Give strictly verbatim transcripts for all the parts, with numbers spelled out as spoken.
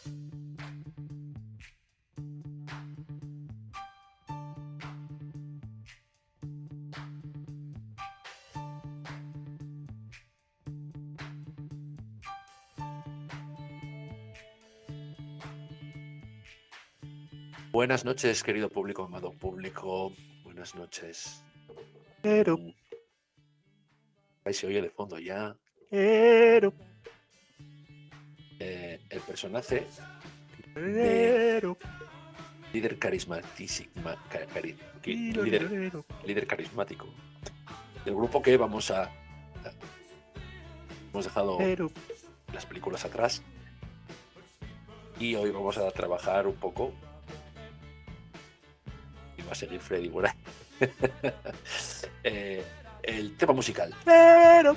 Buenas noches, querido público, amado público. Buenas noches. Pero, Mm. Ahí se oye de fondo ya. pero, Eh, el personaje pero, líder carismatísimo, cari, tiro, líder, tiro. líder carismático del grupo que vamos a... Hemos dejado Pero, las películas atrás y hoy vamos a trabajar un poco y va a seguir Freddy por ahí. eh, el tema musical pero,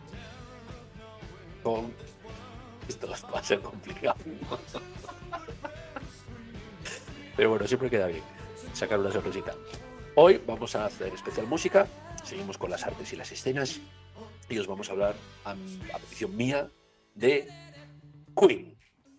con... Esto va a ser complicado. Pero bueno, siempre queda bien sacar una sonrisita. Hoy vamos a hacer especial música, seguimos con las artes y las escenas y os vamos a hablar a, a petición mía de Queen.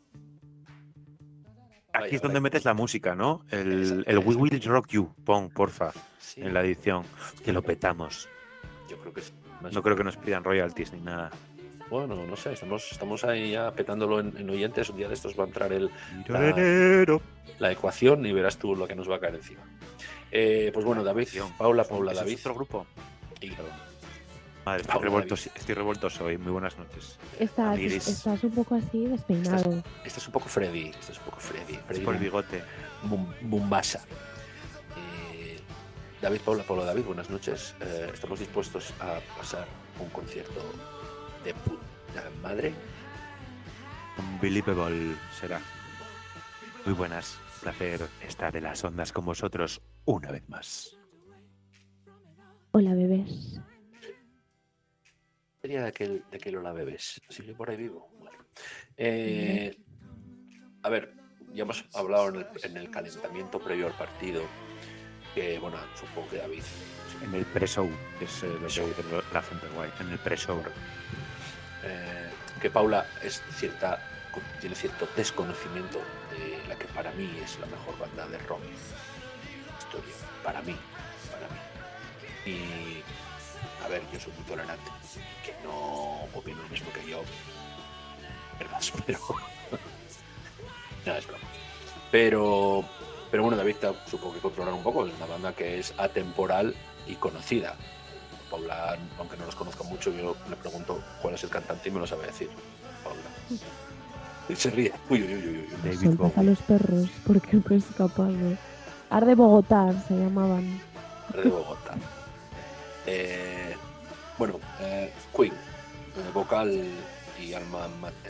aquí Vaya, es donde vaya. metes la música, ¿no? El, Exacto, el We exacto. Will Rock You, pon, porfa, Sí, en la edición, que lo petamos. yo creo que sí. Más- No creo que nos pidan royalties ni nada. Bueno, no sé, estamos, estamos ahí ya petándolo en, en oyentes. Un día de estos va a entrar el, la, Pero, la ecuación y verás tú lo que nos va a caer encima. Eh, pues bueno, David, Paula, Paula, ¿Eso David. es otro grupo? Y, Madre, estoy Paula, revuelto, David. estoy revuelto hoy. Muy buenas noches. Estás, Amiris. estás un poco así despeinado. Estás, estás un poco Freddy, estás un poco Freddy. Es Freddy por el Bum- bigote. Bum- Bumbasa. Eh, David, Paula, Paula, David, buenas noches. Eh, estamos dispuestos a pasar un concierto de puta madre. Unbelievable será. Muy buenas. Placer estar en las ondas con vosotros una vez más. Hola, bebés. Sería de aquel, de aquel hola bebés. ¿Sigue por ahí vivo? Bueno. Eh, a ver, ya hemos hablado en el, en el calentamiento previo al partido. Que bueno, supongo que David. En el pre-show, que es eh, lo que Show. dice la gente guay. En el pre-show. Eh, que Paula es cierta, tiene cierto desconocimiento de la que para mí es la mejor banda de rock historia, para mí, para mí. Y a ver, yo soy muy tolerante, que no opino lo mismo que yo, ¿verdad? Pero no, es broma. Pero, pero bueno, David supongo que controlar un poco, es una banda que es atemporal y conocida. Paula, aunque no los conozco mucho, yo le pregunto cuál es el cantante y me lo sabe decir. Paula. Y se ríe. Uy, uy, uy, uy, uy. David Sueltas a Bowie. los perros porque no es capaz de... Arde Bogotá se llamaban. de Bogotá. Eh, bueno, eh, Queen, eh, vocal y alma mater.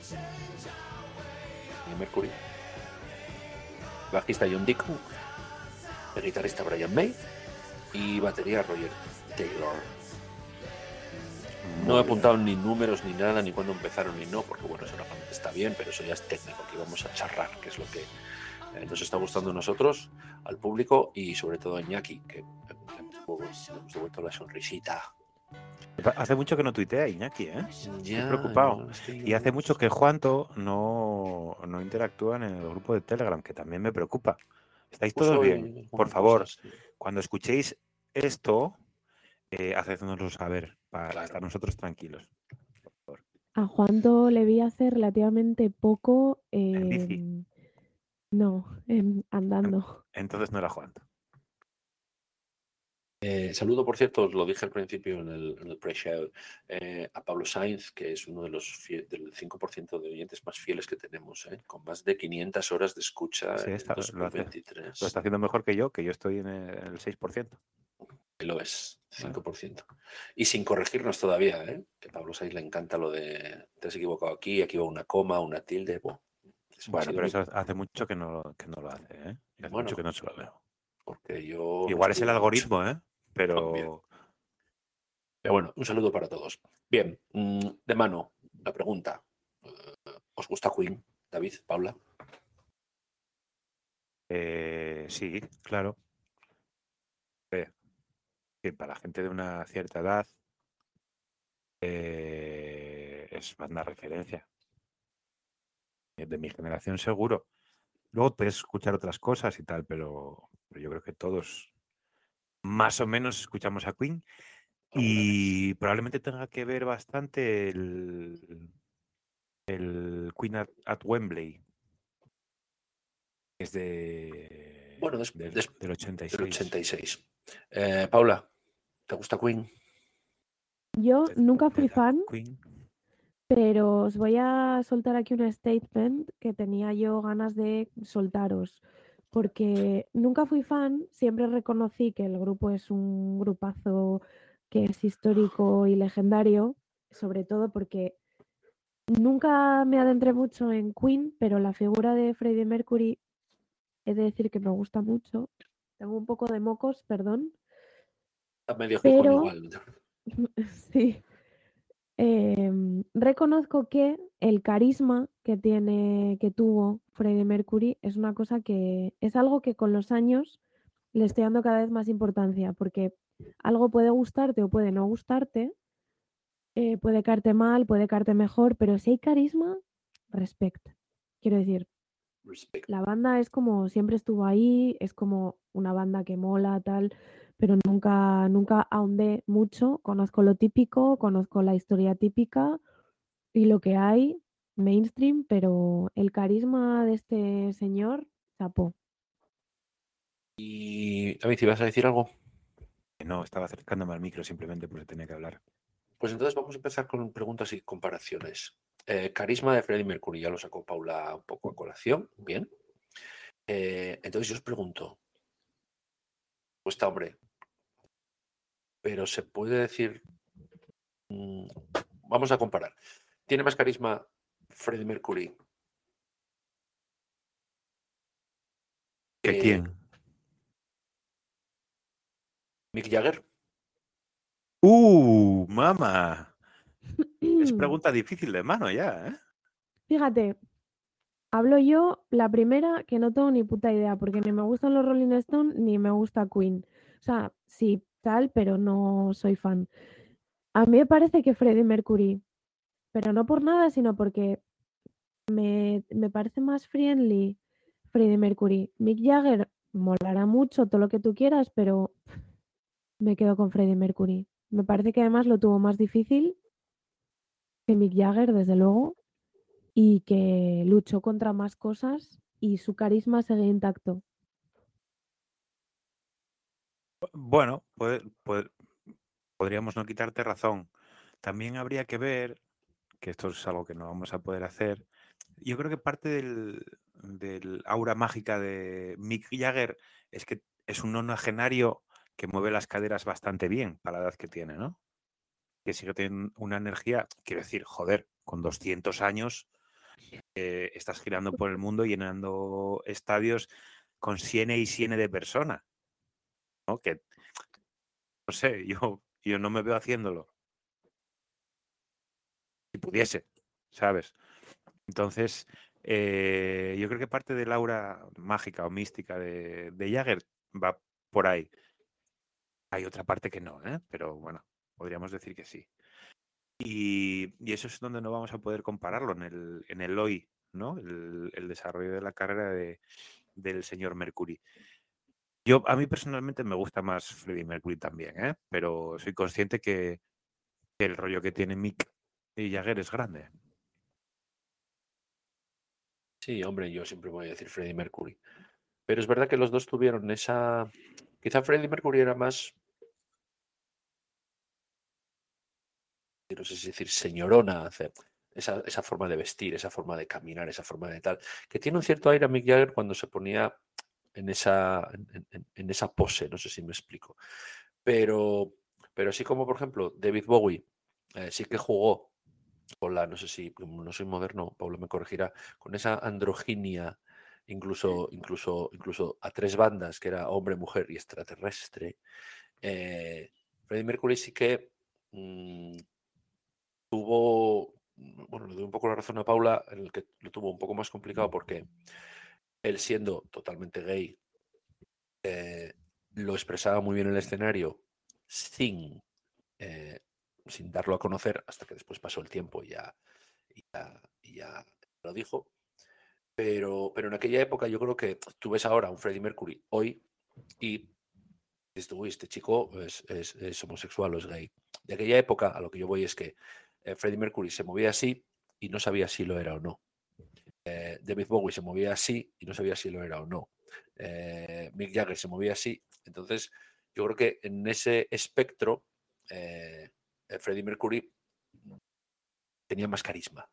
Y Mercury. Bajista John Deacon. El guitarrista Brian May. Y batería Roger Taylor. No he apuntado ni números ni nada, ni cuándo empezaron ni no, porque bueno, eso normalmente está bien, pero eso ya es técnico, aquí vamos a charrar, que es lo que eh, nos está gustando a nosotros, al público y sobre todo a Iñaki, que eh, hemos devuelto la sonrisita. Hace mucho que no tuitea Iñaki, ¿eh? Ya, Estoy preocupado. no, es que Y hace mucho que Juanto no, no interactúa en el grupo de Telegram, que también me preocupa. ¿Estáis puso todos hoy bien? Por Juan favor, cosas, sí. cuando escuchéis esto, eh, hacednoslo saber para Claro. estar nosotros tranquilos. A Juanto le vi hace relativamente poco... En eh, bici. No, en- andando. Entonces no era Juanto. Eh, saludo, por cierto, os lo dije al principio en el, en el pre-show, eh, a Pablo Sainz, que es uno de los fie- del cinco por ciento de oyentes más fieles que tenemos, eh, con más de quinientas horas de escucha Sí, en está, lo, dos mil hace, veintitrés. lo está haciendo mejor que yo, que yo estoy en el, en el seis por ciento. Lo es, cinco por ciento. Y sin corregirnos todavía, ¿eh? Que a Pablo Sainz le encanta lo de te has equivocado aquí, aquí va una coma, una tilde. Bueno, eso ha Bueno, sido pero mi- eso hace mucho que no, que no lo hace, ¿eh? Hace Bueno, mucho que no se lo veo. porque yo Igual es el estudio mucho. algoritmo, ¿eh? También. Pero Pero bueno, un saludo para todos. Bien, mm, de mano, la pregunta. ¿Os gusta Queen, David, Paula? eh, sí, claro. Eh, que para la gente de una cierta edad eh, es banda referencia. De mi generación seguro. Luego puedes escuchar otras cosas y tal, pero, pero yo creo que todos más o menos escuchamos a Queen. Y probablemente tenga que ver bastante el, el Queen at, at Wembley. Es de, Bueno, des, del, des, del ochenta y seis. Del ochenta y seis. Eh, Paula, ¿te gusta Queen? Yo De, nunca de fui la fan, Queen. pero os voy a soltar aquí un statement que tenía yo ganas de soltaros. Porque nunca fui fan, siempre reconocí que el grupo es un grupazo que es histórico y legendario, sobre todo porque nunca me adentré mucho en Queen, pero la figura de Freddie Mercury he de decir que me gusta mucho. Tengo un poco de mocos, perdón, A medio Gijón pero igual. sí. Eh, reconozco que el carisma que tiene, que tuvo Freddie Mercury es una cosa que es algo que con los años le estoy dando cada vez más importancia, porque algo puede gustarte o puede no gustarte, eh, puede caerte mal, puede caerte mejor, pero si hay carisma, respect. Quiero decir, Respect. la banda es como siempre estuvo ahí, es como una banda que mola, tal, pero nunca, nunca ahondé mucho. Conozco lo típico, conozco la historia típica y lo que hay, mainstream, pero el carisma de este señor, chapó. Y David, ¿ibas a decir algo? No, estaba acercándome al micro simplemente porque tenía que hablar. Pues entonces vamos a empezar con preguntas y comparaciones. Eh, carisma de Freddie Mercury, ya lo sacó Paula un poco a colación, bien. Eh, entonces yo os pregunto, pues está hombre, pero se puede decir, mmm, vamos a comparar. ¿Tiene más carisma Freddie Mercury ¿Que que quién? Mick Jagger? ¡Uh, mamá! Es pregunta difícil de mano ya, ¿eh? Fíjate, hablo yo la primera que no tengo ni puta idea, porque ni me gustan los Rolling Stones ni me gusta Queen. O sea, sí, tal, pero no soy fan. A mí me parece que Freddie Mercury, pero no por nada, sino porque me, me parece más friendly Freddie Mercury. Mick Jagger molará mucho, todo lo que tú quieras, pero me quedo con Freddie Mercury. Me parece que además lo tuvo más difícil que Mick Jagger, desde luego, y que luchó contra más cosas y su carisma sigue intacto. Bueno, puede- puede- podríamos no quitarte razón. También habría que ver, que esto es algo que no vamos a poder hacer. Yo creo que parte del, del aura mágica de Mick Jagger es que es un nonagenario que mueve las caderas bastante bien para la edad que tiene, ¿no? Que sigue teniendo una energía, quiero decir, joder, con doscientos años eh, estás girando por el mundo llenando estadios con siene y siene de personas, ¿no? Que, no sé, yo, yo no me veo haciéndolo. Si pudiese, ¿sabes? Entonces, eh, yo creo que parte del aura mágica o mística de, de Jagger va por ahí. Hay otra parte que no, ¿eh? Pero bueno, podríamos decir que sí. Y, y eso es donde no vamos a poder compararlo en el, en el hoy, ¿no? El, el desarrollo de la carrera de, del señor Mercury. Yo, a mí personalmente me gusta más Freddie Mercury también, ¿eh? Pero soy consciente que, que el rollo que tiene Mick y Jagger es grande. Sí, hombre, yo siempre voy a decir Freddie Mercury. Pero es verdad que los dos tuvieron esa... Quizá Freddie Mercury era más, no sé si decir señorona, esa, esa forma de vestir, esa forma de caminar, esa forma de tal, que tiene un cierto aire a Mick Jagger cuando se ponía en esa, en, en, en esa pose, no sé si me explico. Pero, pero sí como, por ejemplo, David Bowie eh, sí que jugó con la, no sé si, no soy moderno, Pablo me corregirá, con esa androginia, incluso, incluso, incluso a tres bandas, que era hombre, mujer y extraterrestre. Eh, Freddie Mercury sí que mmm, tuvo, bueno, le doy un poco la razón a Paula, en el que lo tuvo un poco más complicado porque él siendo totalmente gay, eh, lo expresaba muy bien en el escenario sin, eh, sin darlo a conocer hasta que después pasó el tiempo y ya, y ya, y ya lo dijo. Pero, pero en aquella época yo creo que tú ves ahora a un Freddie Mercury hoy y dices tú, "Uy, este chico es, es- es homosexual o es gay". De aquella época a lo que yo voy es que eh, Freddie Mercury se movía así y no sabía si lo era o no. Eh, David Bowie se movía así y no sabía si lo era o no. Eh, Mick Jagger se movía así. Entonces, yo creo que en ese espectro, eh, eh, Freddie Mercury tenía más carisma.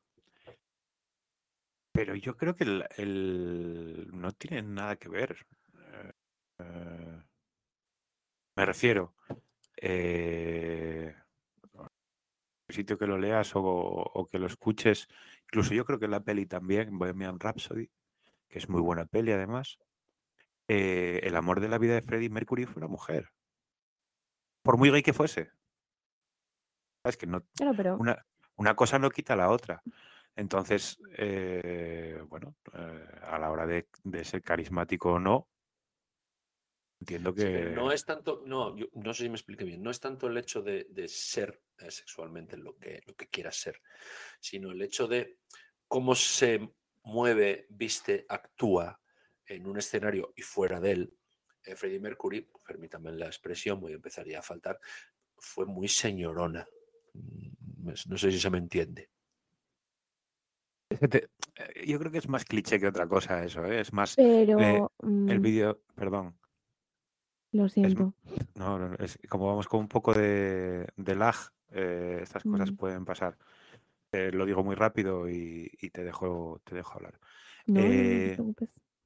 Pero yo creo que el, el- no tiene nada que ver. Eh, eh, me refiero, eh, el sitio que lo leas o, o que lo escuches, incluso yo creo que la peli también, Bohemian Rhapsody, que es muy buena peli además, eh, el amor de la vida de Freddie Mercury fue una mujer, por muy gay que fuese. Es que no, Claro, pero, una, una cosa no quita la otra. Entonces, eh, bueno, eh, a la hora de, de ser carismático o no, entiendo Sí, pero no que... es tanto, no, yo no sé si me expliqué bien, no es tanto el hecho de, de ser eh, sexualmente lo que, lo que quieras ser, sino el hecho de cómo se mueve, viste, actúa en un escenario y fuera de él. Eh, Freddie Mercury, permítame la expresión, voy a empezar ya a faltar, fue muy señorona. Mm, No sé si se me entiende. es que te- eh, yo creo que es más cliché que otra cosa eso, ¿eh? Es más, eh, pero, el mm, vídeo, perdón, lo es, m- siento. no, no, es como vamos con un poco de, de lag, eh, estas cosas Mm, pueden pasar. Eh, lo digo muy rápido y, y te dejo, te dejo hablar. No, no, no te Eh, preocupes.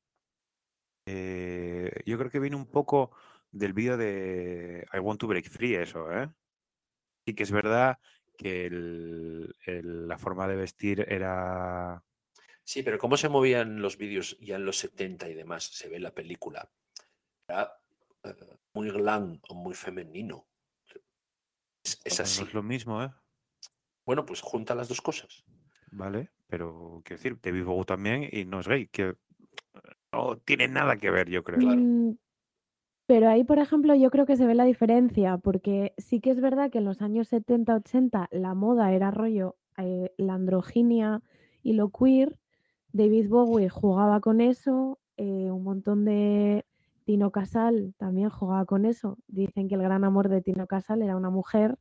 eh, yo creo que viene un poco del vídeo de I Want to Break Free, eso, ¿eh? Sí que es verdad que el- el- la forma de vestir era... Sí, pero cómo se movían los vídeos ya en los setenta y demás, se ve en la película. Era eh, muy glam o muy femenino. Es, es No es así. lo mismo, ¿eh? Bueno, pues junta las dos cosas. Vale, pero quiero decir, David Bowie también y no es gay, que no tiene nada que ver, yo creo. Claro. Mm, pero ahí, por ejemplo, yo creo que se ve la diferencia, porque sí que es verdad que en los años setenta ochenta la moda era rollo eh, la androginia y lo queer. David Bowie jugaba con eso, eh, un montón de... Tino Casal también jugaba con eso. Dicen que el gran amor de Tino Casal era una mujer,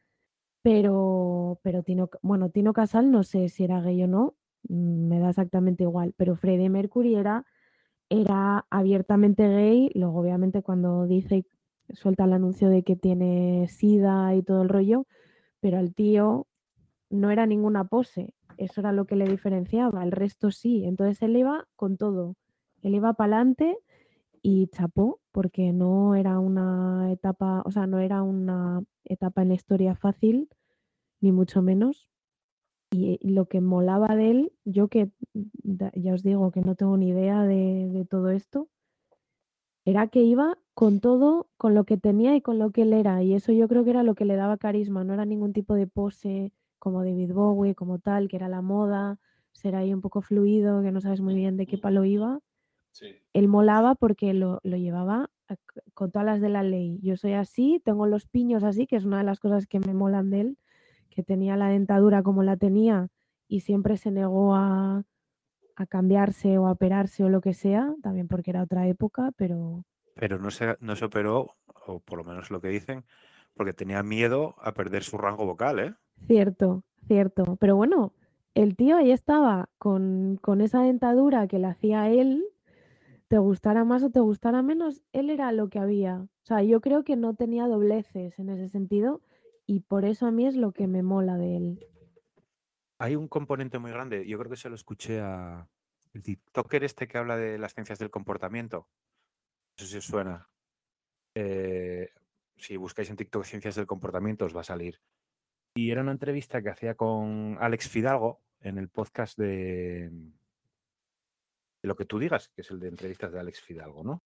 pero, pero Tino, bueno, Tino Casal no sé si era gay o no, mm, me da exactamente igual, pero Freddie Mercury era era abiertamente gay, luego obviamente cuando dice, suelta el anuncio de que tiene sida y todo el rollo, pero al tío no era ninguna pose, eso era lo que le diferenciaba, el resto sí, entonces él iba con todo, él iba para adelante y chapó, porque no era una etapa, o sea, no era una etapa en la historia fácil, ni mucho menos. Y lo que molaba de él, yo que da- ya os digo que no tengo ni idea de, de todo esto, era que iba con todo, con lo que tenía y con lo que él era. Y eso yo creo que era lo que le daba carisma. No era ningún tipo de pose como David Bowie, como tal, que era la moda, ser ahí un poco fluido, que no sabes muy bien de qué palo iba. Sí. Él molaba porque lo, lo llevaba a- con todas las de la ley. Yo soy así, tengo los piños así, que es una de las cosas que me molan de él, que tenía la dentadura como la tenía y siempre se negó a, a cambiarse o a operarse o lo que sea, también porque era otra época, pero Pero no se, no se operó, o por lo menos lo que dicen, porque tenía miedo a perder su rango vocal, ¿eh? cierto, cierto. Pero bueno, el tío ahí estaba con, con esa dentadura que le hacía él, te gustara más o te gustara menos, él era lo que había. O sea, yo creo que no tenía dobleces en ese sentido y por eso a mí es lo que me mola de él. Hay un componente muy grande, yo creo que se lo escuché a el TikToker este que habla de las ciencias del comportamiento. No sé si os suena. Eh, si buscáis en TikTok ciencias del comportamiento os va a salir. Y era una entrevista que hacía con Alex Fidalgo en el podcast de, de Lo que tú digas, que es el de entrevistas de Alex Fidalgo, ¿no?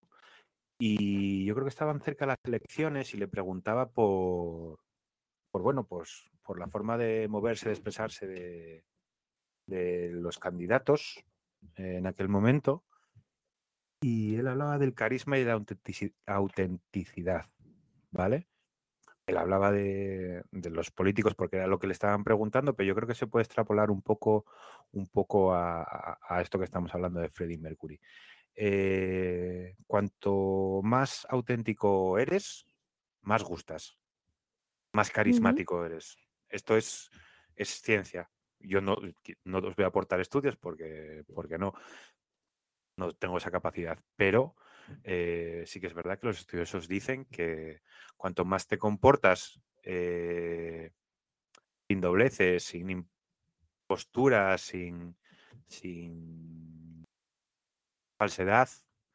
Y yo creo que estaban cerca de las elecciones y le preguntaba por, por bueno, pues por la forma de moverse, de expresarse de, de los candidatos eh, en aquel momento. Y él hablaba del carisma y de la autentici- autenticidad, ¿vale? él hablaba de, de los políticos porque era lo que le estaban preguntando, pero yo creo que se puede extrapolar un poco, un poco a, a- a esto que estamos hablando de Freddie Mercury. Eh, cuanto más auténtico eres, más gustas, más Ujú, carismático eres. Esto es, es ciencia. Yo no, no os voy a aportar estudios porque, porque no, no tengo esa capacidad, pero eh, sí que es verdad que los estudiosos dicen que cuanto más te comportas eh, sin dobleces, sin imposturas, sin, sin falsedad,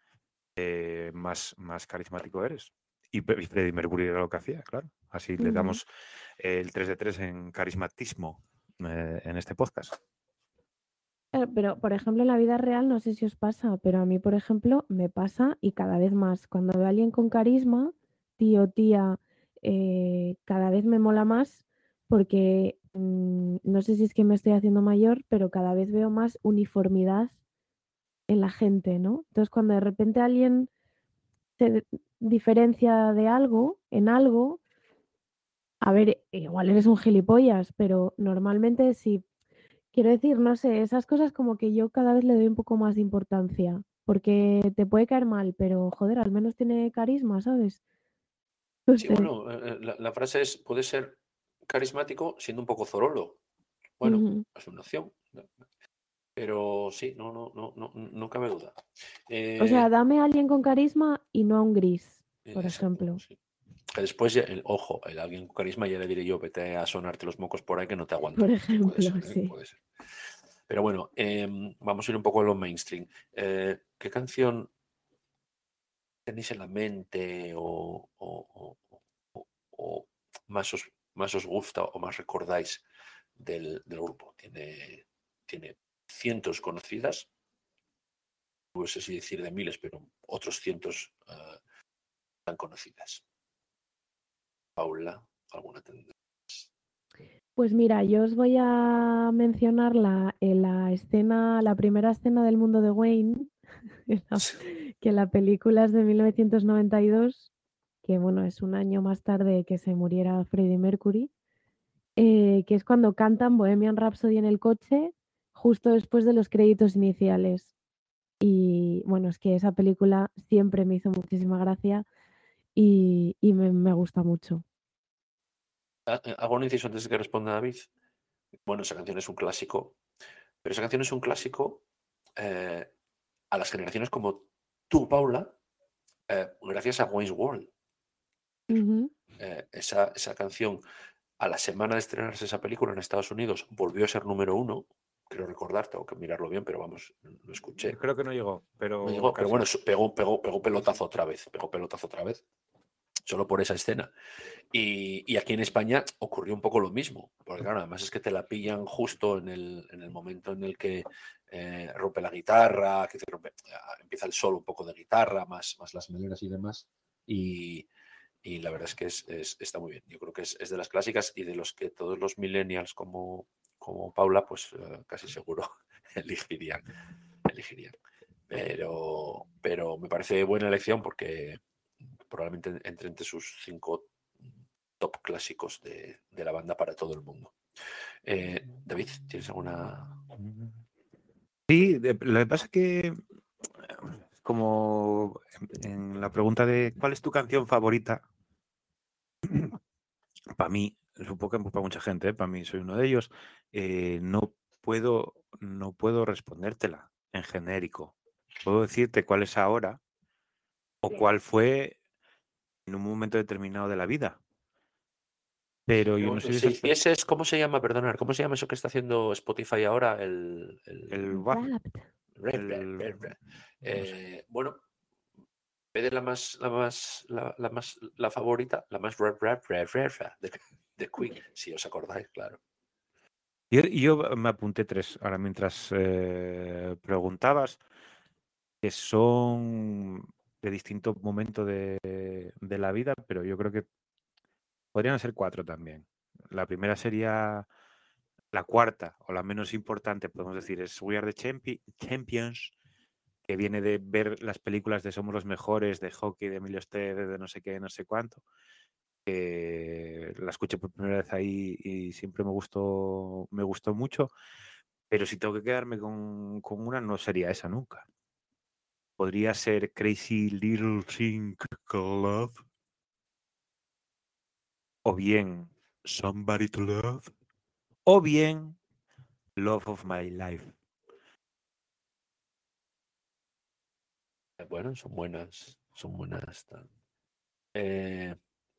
eh, más, más carismático eres. Y, Pe- y Freddie Mercury era lo que hacía, claro. Así le ujú. damos el tres de tres en carismatismo eh, en este podcast. Eh, Pero, por ejemplo, en la vida real, no sé si os pasa, pero a mí, por ejemplo, me pasa y cada vez más. Cuando veo a alguien con carisma, tío, tía, eh, cada vez me mola más porque mm, no sé si es que me estoy haciendo mayor, pero cada vez veo más uniformidad en la gente, ¿no? Entonces, cuando de repente alguien se de- diferencia de algo, en algo, a ver, igual eres un gilipollas, pero normalmente si quiero decir, no sé, esas cosas como que yo cada vez le doy un poco más de importancia, porque te puede caer mal, pero joder, al menos tiene carisma, ¿sabes? No Sí, sé. bueno, eh, eh, la, la frase es, puede ser carismático siendo un poco zorolo. Bueno, Ujú. es una opción, ¿no? Pero sí, no, no, no, no, no cabe duda. O sea, Eh, dame a alguien con carisma y no a un gris, eh, por exacto, ejemplo. sí. Que después, ya- el, ojo, el alguien con carisma ya le diré yo, vete a sonarte los mocos por ahí que no te Por aguanto. Que puede ejemplo, ser, ¿eh? sí. Puede ser. Pero bueno, em, vamos a ir un poco a lo mainstream. Eh, ¿qué canción tenéis en la mente o, o- o- o- o más, os, más os gusta o más recordáis del, del grupo? Tiene, tiene cientos conocidas, no sé si decir de miles, pero otros cientos eh, tan conocidas. Paula, ¿alguna tendrá? Pues mira, yo os voy a mencionar la, eh, la escena, la primera escena del mundo de Wayne, que la, que la película es de mil novecientos noventa y dos, que bueno, es un año más tarde que se muriera Freddie Mercury. Eh, que es cuando cantan Bohemian Rhapsody en el coche, justo después de los créditos iniciales. Y bueno, es que esa película siempre me hizo muchísima gracia y, y me, me gusta mucho. Ah, eh, Hago un inciso antes de que responda David. Bueno, esa canción es un clásico, pero esa canción es un clásico eh, a las generaciones como tú, Paula, eh, gracias a Wayne's World. Ujú. Eh, esa, esa canción, a la semana de estrenarse esa película en Estados Unidos, volvió a ser número uno. Creo recordar, tengo que mirarlo bien, pero vamos, lo escuché. Creo que no llegó, No pero llegó, pero casi. bueno, pegó, pegó, pegó pelotazo otra vez, pegó pelotazo otra vez, solo por esa escena. Y, y aquí en España ocurrió un poco lo mismo, porque claro, además es que te la pillan justo en el, en el momento en el que eh, rompe la guitarra, que se rompe, empieza el solo un poco de guitarra, más, más las melenas y demás. Y, y la verdad es que es, es, está muy bien. Yo creo que es, es, de las clásicas y de los que todos los millennials como, como Paula, pues uh, casi seguro elegirían. elegirían. Pero, pero me parece buena elección porque probablemente entre entre sus cinco top clásicos de, de la banda para todo el mundo. Eh, David, ¿tienes alguna...? Sí, de- lo que pasa es que, como en, en la pregunta de ¿cuál es tu canción favorita? Para mí, supongo que para mucha gente, para mí soy uno de ellos, eh, no puedo, no puedo respondértela en genérico. Puedo decirte cuál es ahora o cuál fue en un momento determinado de la vida. Pero yo no soy de Si esas personas. hicieses, ¿cómo se llama? Perdonar, ¿cómo se llama eso que está haciendo Spotify ahora? El, el... El WAP, Wrapped. el, no sé. Eh, bueno, de la más, la más, la, la más, la favorita, la más rap, rap, rap, rap, rap de, de Queen, si os acordáis, claro. Yo, yo me apunté tres ahora mientras eh, preguntabas, que son de distinto momento de, de la vida, pero yo creo que podrían ser cuatro también. La primera sería la cuarta, o la menos importante, podemos decir, es We Are the Champi- Champions, que viene de ver las películas de Somos los Mejores, de hockey, de Emilio Esteve, de no sé qué, no sé cuánto. que la escuché por primera vez ahí y siempre me gustó, me gustó mucho, pero si tengo que quedarme con, con una, no sería esa nunca. Podría ser Crazy Little Thing Called Love, o bien Somebody to Love, o bien Love of My Life. Bueno, son buenas, son buenas. tal. Eh,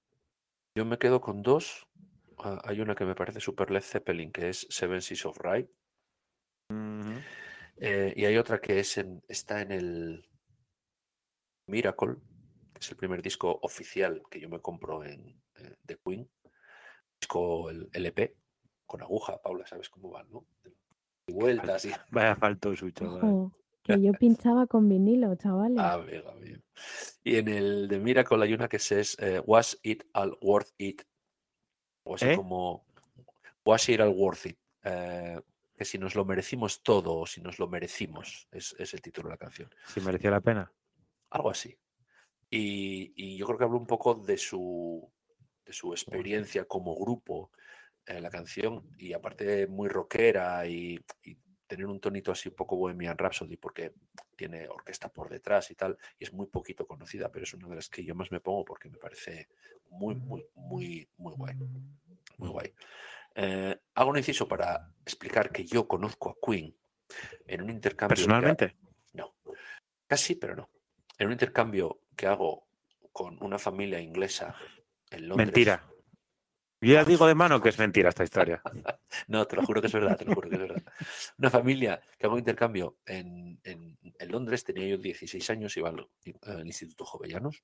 yo me quedo con dos. Ah, hay una que me parece super Led Zeppelin, que es Seven Seas of Rhye. Ujú. Eh, y hay otra que es en, está en el Miracle, que es el primer disco oficial que yo me compro en eh, The Queen. Disco el L P con aguja, Paula, ¿sabes cómo van, no? Y vueltas y... Vaya faltó su chaval. Ojo, que yo pinchaba con vinilo, chavales. Ah, amigo, amigo. Y en el de Miracle hay una que se es eh, Was It All Worth It? O así ¿Eh? como Was It All Worth It? Eh, que si nos lo merecimos todo o si nos lo merecimos, es, es el título de la canción. Si merecía la pena. Algo así. Y, y yo creo que hablo un poco de su, de su experiencia como grupo en la canción, y aparte muy rockera y, y tener un tonito así un poco Bohemian Rhapsody, porque tiene orquesta por detrás y tal, y es muy poquito conocida, pero es una de las que yo más me pongo porque me parece muy, muy, muy, muy guay. Muy guay. Eh, hago un inciso para explicar que yo conozco a Queen en un intercambio. ¿Personalmente? Que ha... No, casi, pero no. En un intercambio que hago con una familia inglesa en Londres. Mentira. Yo ya digo de mano que es mentira esta historia. No, te lo juro que es verdad, te lo juro que es verdad. Una familia que hago intercambio en, en, en Londres, tenía yo dieciséis años, iba al, al Instituto Jovellanos.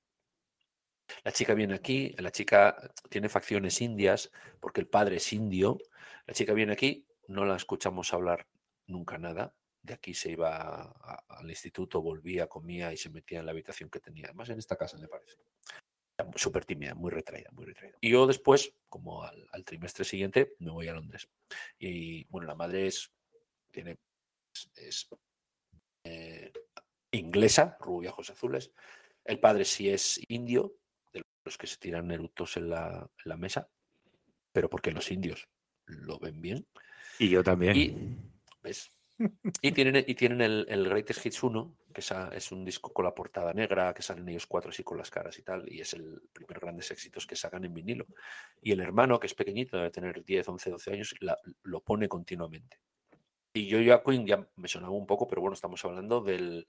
La chica viene aquí, la chica tiene facciones indias porque el padre es indio. La chica viene aquí, no la escuchamos hablar nunca nada. De aquí se iba a, a, al instituto, volvía, comía y se metía en la habitación que tenía. Además, en esta casa, me parece. Súper tímida, muy retraída, muy retraída. Y yo después, como al, al trimestre siguiente, me voy a Londres. Y bueno, la madre es, tiene, es, es eh, inglesa, rubia, ojos azules. El padre sí es indio, de los que se tiran eructos en la, en la mesa, pero porque los indios lo ven bien. Y yo también. Y, ¿ves? Y tienen, y tienen el, el Greatest Hits uno, que es, a, es un disco con la portada negra, que salen ellos cuatro así con las caras y tal, y es el primer grandes éxitos que sacan en vinilo. Y el hermano, que es pequeñito, debe tener diez, once, doce años, la, lo pone continuamente. Y yo ya Queen ya me sonaba un poco, pero bueno, estamos hablando del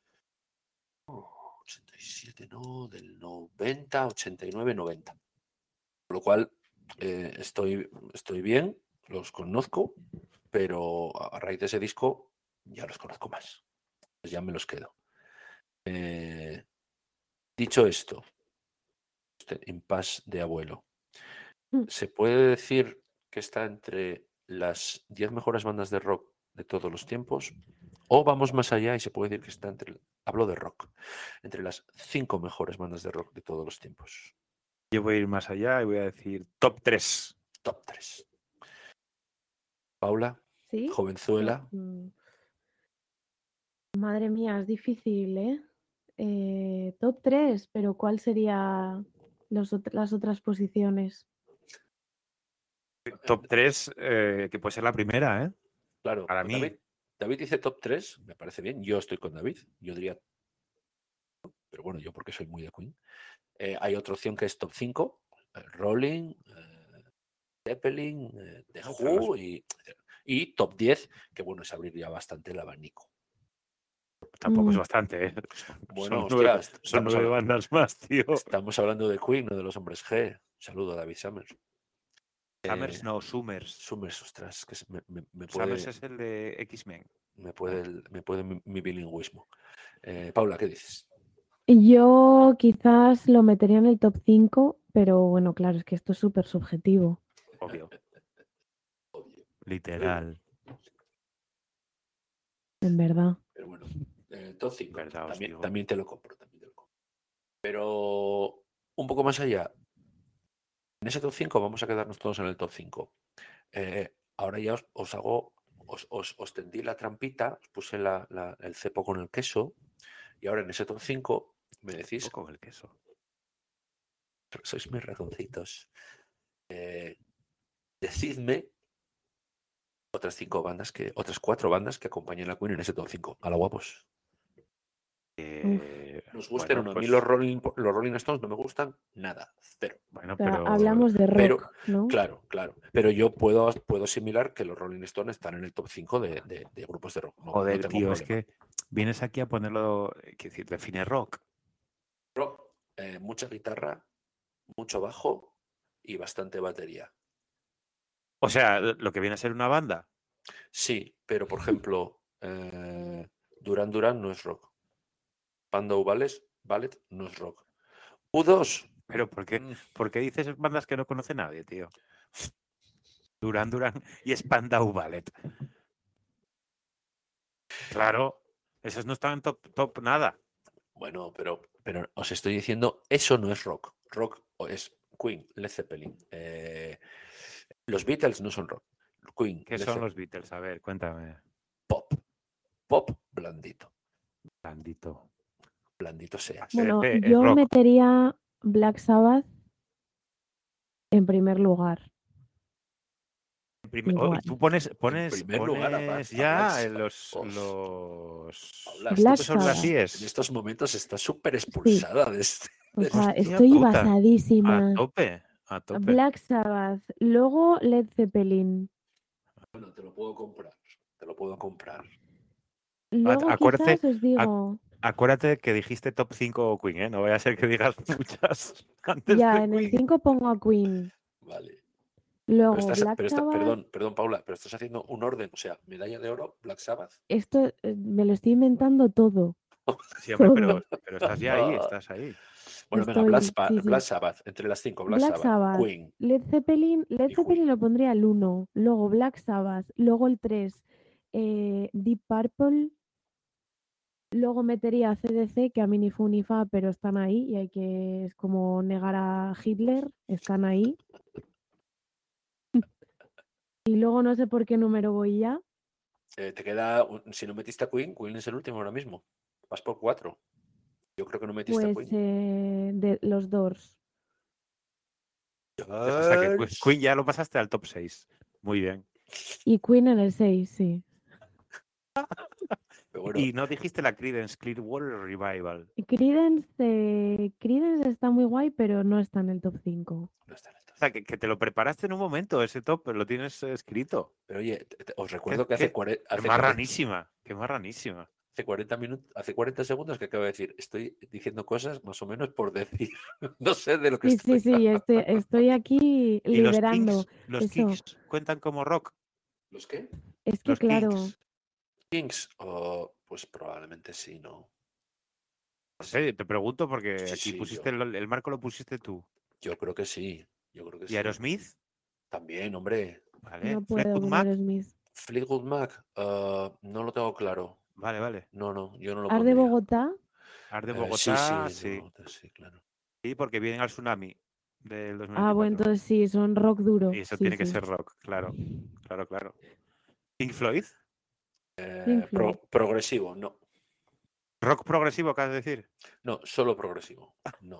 oh, ochenta y siete, no, del noventa, ochenta y nueve, noventa. Por lo cual eh, estoy, estoy bien, los conozco, pero a raíz de ese disco ya los conozco más. Pues ya me los quedo. Eh, dicho esto, este impasse de abuelo, ¿se puede decir que está entre las diez mejores bandas de rock de todos los tiempos? ¿O vamos más allá y se puede decir que está entre, hablo de rock, entre las cinco mejores bandas de rock de todos los tiempos? Yo voy a ir más allá y voy a decir top tres. Top tres. Paula, ¿Sí? jovenzuela. Mm. Madre mía, es difícil, ¿eh? eh top tres, pero ¿cuál sería los, las otras posiciones? Top tres, eh, que puede ser la primera, ¿eh? Claro, Para mí. David, David dice top tres, me parece bien. Yo estoy con David, yo diría, pero bueno, yo porque soy muy de Queen. Eh, hay otra opción que es top cinco, eh, Rolling, eh, Zeppelin, eh, The Who y, y top diez, que bueno, es abrir ya bastante el abanico. Tampoco Mm. es bastante, ¿eh? Bueno, son hostia, nueve, son nueve hablando, bandas más, tío. Estamos hablando de Queen, no de los hombres G. Un saludo a David Summers. Summers Eh, no, Summers. Summers, ostras, que me, me, me puede... Summers es el de X-Men. Me puede, el, me puede mi, mi bilingüismo. Eh, Paula, ¿qué dices? Yo quizás lo metería en el top cinco, pero bueno, claro, es que esto es súper subjetivo. Obvio. Literal. En verdad. Pero bueno, eh, top cinco. Verdad, También, también te lo compro, también te lo compro. Pero un poco más allá. En ese top cinco vamos a quedarnos todos en el top cinco. Eh, ahora ya os, os hago, os, os, os, tendí la trampita, os puse la, la, el cepo con el queso, y ahora en ese top cinco me decís... Con el queso. sois mis ratoncitos. Eh, decidme otras cinco bandas que, otras cuatro bandas que acompañan a Queen en ese top cinco. A la guapos. Eh, Nos gusten bueno, o no. A pues, mí los Rolling, los Rolling Stones no me gustan nada. Cero. bueno, O sea, pero hablamos de rock, Pero, ¿no? claro, claro. Pero yo puedo, puedo asimilar que los Rolling Stones están en el top cinco de, de- de grupos de rock. No, no joder, tengo tío, es problema. que vienes aquí a ponerlo, eh, quiero decir, define rock. Rock, eh, mucha guitarra, mucho bajo y bastante batería. O sea, lo que viene a ser una banda. Sí, pero por ejemplo, eh, Duran Duran no es rock. Spandau Ballet, Ballet no es rock. U dos, Pero ¿por qué, mm, por qué dices bandas que no conoce nadie, tío? Duran Duran y Spandau Ballet. Claro, esos no están en top, top nada. bueno, pero, pero os estoy diciendo, eso no es rock. Rock es Queen, Led Zeppelin. Eh, los Beatles no son rock. Queen, ¿Qué Led son los Zeppelin, Beatles? A ver, cuéntame. pop. Pop blandito. Bandito. Blandito seas. Bueno, Eh, eh, yo rock. metería Black Sabbath en primer lugar. Prim- oh, Igual. tú pones, En pones, primer lugar, a, Ba- pones a Black ya Sabbath. eh, los, Oh, los Paula, los esto Black topes sobre las Sabbath. en IES. estos momentos está súper Sí, expulsada de este. o de sea, este- Hostia estoy puta. A basadísima. tope, a tope. Black Sabbath, luego Led Zeppelin, Bueno, te lo puedo comprar. Te lo puedo comprar. luego Acuérdate, quizás os ac- digo, acuérdate que dijiste top cinco Queen, ¿eh? No vaya a ser que digas muchas antes ya de en el Queen. cinco pongo a Queen, Vale. luego Pero estás, Black pero está- Sabbath, perdón, perdón, Paula, pero estás haciendo un orden. O sea, medalla de oro, Black Sabbath. esto eh, me lo estoy inventando todo, Sí, hombre, pero, todo. pero estás ya ahí, estás ahí. Bueno, venga, Black, Estoy, Spa- sí, Black sí. Sabbath, entre las cinco, Black Black Sabbath, Sabbath, Queen Led Zeppelin, Led y Zeppelin Queen. lo pondría al uno, luego Black Sabbath, luego el tres, eh, Deep Purple, luego metería a C D C, que a mí ni fu ni fa, pero están ahí y hay que, es como negar a Hitler, están ahí. Y luego no sé por qué número voy ya. Eh, te queda, un- si no metiste a Queen, Queen es el último ahora mismo. Vas por cuatro. Yo creo que no metiste a Pues Queen. eh, de los Doors. O sea que George. Queen ya lo pasaste al top seis. Muy bien. Y Queen en el seis, sí. Pero bueno, Y no dijiste la Creedence Clearwater Revival. Y Creedence, eh, Creedence está muy guay, pero no está en el top cinco. no está en el top. O sea, que, que te lo preparaste en un momento, ese top, lo tienes eh, escrito. Pero oye, te- te- os Qué, recuerdo que hace, qué- cuare- qué hace, cuarenta, marranísima, qué marranísima. hace cuarenta minutos, hace cuarenta segundos que acabo de decir, estoy diciendo cosas más o menos por decir. No sé de lo que Sí, sí, estoy. sí, estoy, estoy aquí ¿Y los liderando Kings, los eso. Kings cuentan como rock? ¿Los qué? Es que Los claro, Kings. Kings. Oh, pues probablemente sí, ¿no? No sé, te pregunto porque Sí, aquí sí, pusiste yo, el, el marco lo pusiste tú. yo creo que sí. Yo creo que ¿Y sí. Aerosmith? También, hombre. Vale. no puedo Fleetwood con Mac. Aerosmith. Fleetwood Mac, ah, no lo tengo claro. Vale, vale. No, no, yo no lo Ar de pondría. Bogotá, Art de Eh, sí, sí, Bogotá, de sí. Bogotá, sí, claro. Sí, porque vienen al tsunami del ah, bueno, dos mil veinticuatro. entonces sí, son rock duro. Y eso Sí, tiene que sí. ser rock, claro. Claro, claro. Pink Floyd. Eh, Pink Floyd. pro- progresivo, no. Rock progresivo, acabas de decir. No, solo progresivo. No.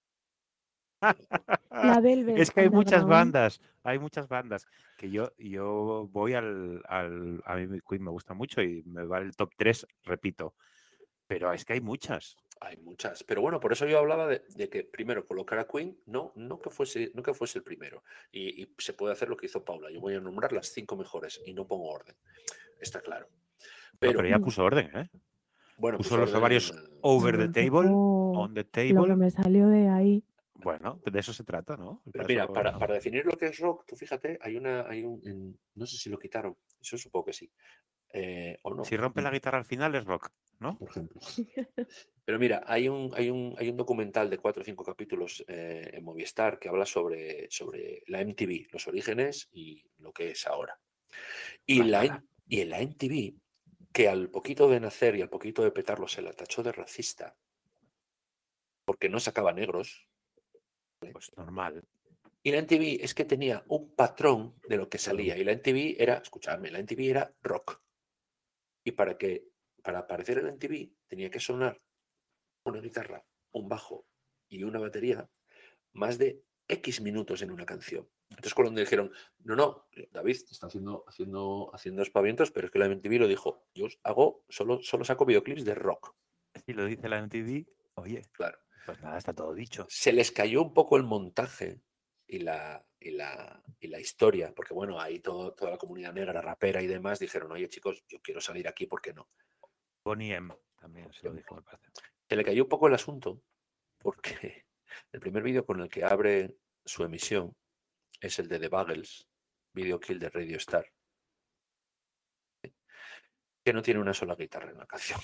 La Velvet Es que hay muchas Underground. bandas, hay muchas bandas. Que yo, yo voy al, al. A mí Queen me gusta mucho y me va el top tres, repito. Pero es que hay muchas. Hay muchas. Pero bueno, por eso yo hablaba de, de que primero colocar a Queen, no, no, que fuese, no que fuese el primero. Y, y se puede hacer lo que hizo Paula. Yo voy a nombrar las cinco mejores y no pongo orden. Está claro. No, Pero, pero ya puso orden, ¿eh? bueno, Puso puso los orden. ovarios eh, over Bueno, the un table, poco on the lo que table. me salió de ahí. Bueno, de eso se trata, ¿no? Pero Para mira, eso- para, para definir lo que es rock, tú fíjate, hay una, hay un, en- no sé si lo quitaron, eso supongo que sí, eh, o no, Si rompe la guitarra al final es rock, ¿no? por ejemplo. Pero mira, hay un, hay un, hay un documental de cuatro o cinco capítulos eh, en Movistar que habla sobre, sobre la M T V, los orígenes y lo que es ahora. Y, la, Pasada. M- y en la M T V, que al poquito de nacer y al poquito de petarlo se la tachó de racista, porque no sacaba negros. Pues normal. Y la M T V es que tenía un patrón de lo que salía. Y la M T V era, escuchadme, la M T V era rock. Y para que, para aparecer en la M T V tenía que sonar una guitarra, un bajo y una batería más de X minutos en una canción. Entonces cuando dijeron, no, no, David está haciendo, haciendo, haciendo espavientos, pero es que la M T V lo dijo, yo hago, solo, solo saco videoclips de rock. Si lo dice la M T V, oye, claro. Pues nada, está todo dicho. Se les cayó un poco el montaje y la, y la, y la historia, porque bueno, ahí todo, toda la comunidad negra, rapera y demás dijeron, oye chicos, yo quiero salir aquí, ¿por qué no? Bonnie M también se lo dijo, me parece. Se le cayó un poco el asunto, porque el primer vídeo con el que abre su emisión es el de The Buggles, Video Kill de Radio Star, que no tiene una sola guitarra en la canción.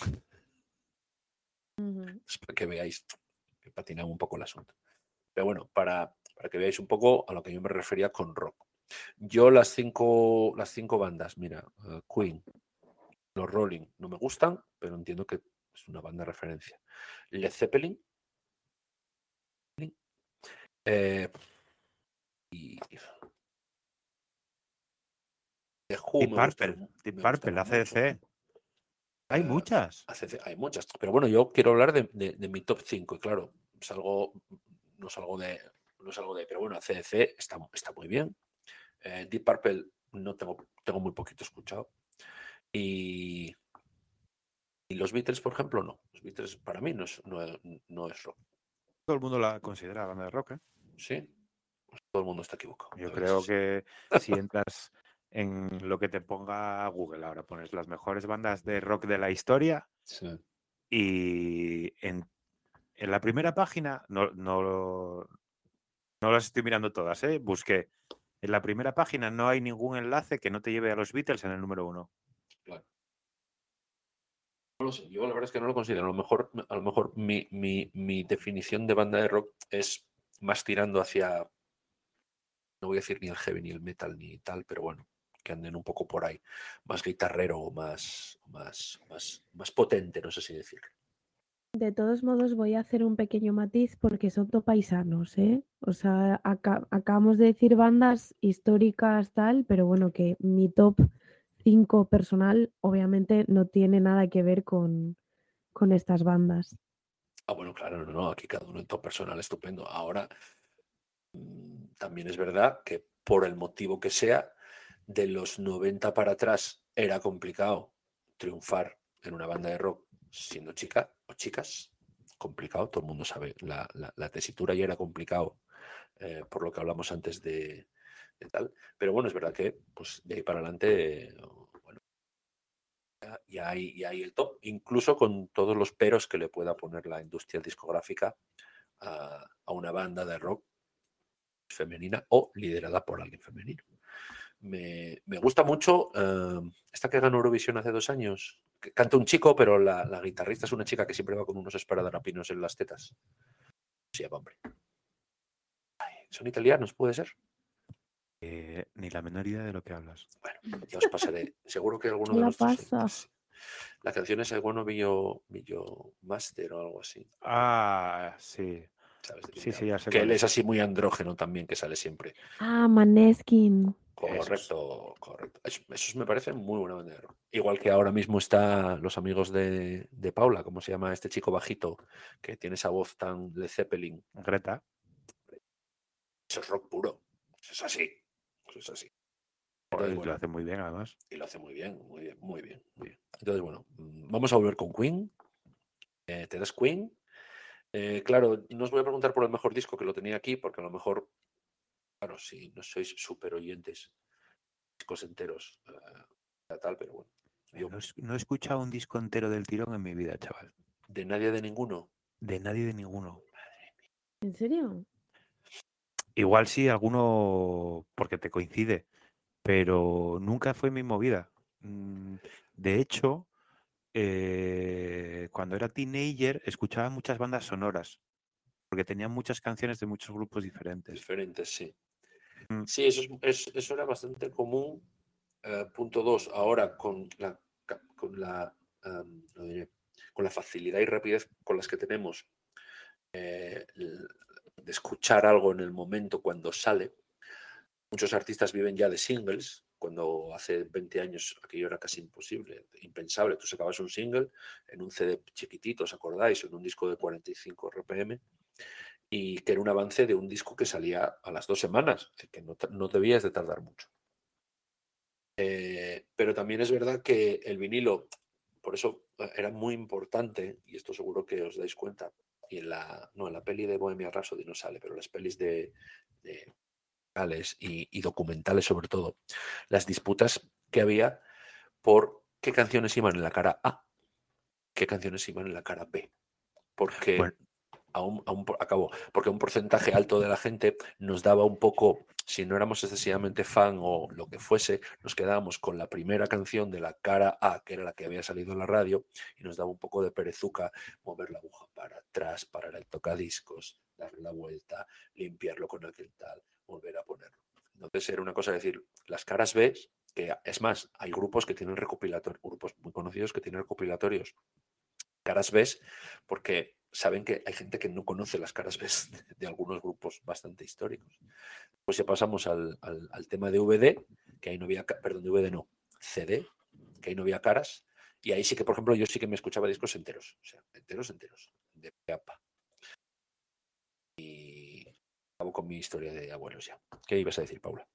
Ujú. Es para que veáis que patinaba un poco el asunto. Pero bueno, para, para que veáis un poco a lo que yo me refería con rock. Yo las cinco, las cinco bandas, mira, uh, Queen, los Rolling, no me gustan, pero entiendo que es una banda de referencia. Led Zeppelin, eh, y The Who Deep me Purple, gustan, Deep me Purple, gustan A C D C. mucho. Hay Uh, muchas. A C D C, hay muchas, pero bueno, yo quiero hablar de, de, de mi top cinco, y claro, salgo, no salgo de, no salgo de, pero bueno, A C D C está, está muy bien. Eh, Deep Purple no tengo, tengo muy poquito escuchado. Y, y los Beatles, por ejemplo, no. Los Beatles para mí no es, no es, no es rock. Todo el mundo la considera banda de rock, ¿eh? Sí, pues todo el mundo está equivocado. Yo A creo veces. que si entras en lo que te ponga Google ahora, pones las mejores bandas de rock de la historia Sí. y en, en la primera página, no, no, no las estoy mirando todas, ¿eh? Busqué. En la primera página no hay ningún enlace que no te lleve a los Beatles en el número uno. Claro. No lo sé, yo la verdad es que no lo considero. A lo mejor, a lo mejor mi, mi, mi definición de banda de rock es más tirando hacia, no voy a decir ni el heavy ni el metal ni tal, pero bueno, que anden un poco por ahí, más guitarrero o más, más, más, más potente, no sé si decirlo. De todos modos, voy a hacer un pequeño matiz porque son topaisanos, ¿eh? O sea, aca- acabamos de decir bandas históricas tal, pero bueno, que mi top cinco personal obviamente no tiene nada que ver con, con estas bandas. Ah, bueno, claro, no, no, aquí cada uno en top personal estupendo. Ahora, mmm, también es verdad que por el motivo que sea, de los noventa para atrás era complicado triunfar en una banda de rock siendo chica o chicas. Complicado, todo el mundo sabe. La, la, la tesitura ya era complicado, eh, por lo que hablamos antes de, de tal. Pero bueno, es verdad que pues, de ahí para adelante, eh, bueno, y hay, y hay el top, incluso con todos los peros que le pueda poner la industria discográfica a, a una banda de rock femenina o liderada por alguien femenino. Me, me gusta mucho uh, esta que ganó Eurovisión hace dos años, que canta un chico, pero la, la guitarrista es una chica que siempre va con unos esparadrapinos en las tetas. Sí, hombre. Ay, ¿son italianos, puede ser? Eh, ni la menor idea de lo que hablas. Bueno, ya os pasaré. Seguro que alguno ¿Qué de la nuestros pasa? oyentes. La canción es El Bueno Billo, Billo Master o algo así. Ah, sí. ¿Sabes de quién Sí, te sí, hablo? ya sé Que cuál él es es. así muy andrógeno también, que sale siempre. Ah, Maneskin. Correcto, correcto. Eso, esos me parecen muy buena banda de rock. Igual que ahora mismo está los amigos de, de Paula, ¿cómo se llama este chico bajito que tiene esa voz tan Led Zeppelin? Greta. Eso es rock puro. Eso es así. Eso es así. Entonces, Joder, lo bueno, hace muy bien, además. y lo hace muy bien, muy bien, muy bien, muy bien. Entonces, bueno, vamos a volver con Queen. Eh, ¿te das Queen? Eh, claro, no os voy a preguntar por el mejor disco, que lo tenía aquí, porque a lo mejor, claro, si no sois súper oyentes, discos enteros, uh, tal, pero bueno. Yo, No, no he escuchado un disco entero del tirón en mi vida, chaval. de nadie, de ninguno. De nadie, de ninguno. ¿En serio? Igual sí, alguno porque te coincide, pero nunca fue mi movida. De hecho, eh, cuando era teenager escuchaba muchas bandas sonoras, porque tenían muchas canciones de muchos grupos diferentes. Diferentes, sí. Mm. Sí, eso, es, es, eso era bastante común. Uh, punto dos, ahora con la, con la, um, no diré, con la facilidad y rapidez con las que tenemos eh, de escuchar algo en el momento cuando sale. Muchos artistas viven ya de singles, cuando hace veinte años aquello era casi imposible, impensable. Tú sacabas un single en un C D chiquitito, ¿os acordáis? O en un disco de cuarenta y cinco R P M y que era un avance de un disco que salía a las dos semanas, así que no, no debías de tardar mucho. Eh, pero también es verdad que el vinilo, por eso era muy importante, y esto seguro que os dais cuenta, y en la, no, en la peli de Bohemian Rhapsody no sale, pero las pelis de, de y, y documentales sobre todo, las disputas que había por qué canciones iban en la cara A, qué canciones iban en la cara B, porque bueno. a un, a un, acabó, porque un porcentaje alto de la gente nos daba un poco, si no éramos excesivamente fan o lo que fuese, nos quedábamos con la primera canción de la cara A, que era la que había salido en la radio, y nos daba un poco de perezuca mover la aguja para atrás, parar el tocadiscos, darle la vuelta, limpiarlo con aquel tal, volver a ponerlo. Entonces era una cosa de decir, las caras B, que es más, hay grupos que tienen recopilatorios, grupos muy conocidos que tienen recopilatorios, caras B, porque saben que hay gente que no conoce las caras B de, de algunos grupos bastante históricos. Pues ya pasamos al, al, al tema de V D, que ahí no había, perdón, de V D no, C D, que ahí no había caras, y ahí sí que, por ejemplo, yo sí que me escuchaba discos enteros, o sea, enteros, enteros, de capa. Y acabo con mi historia de abuelos ya. ¿Qué ibas a decir, Paula?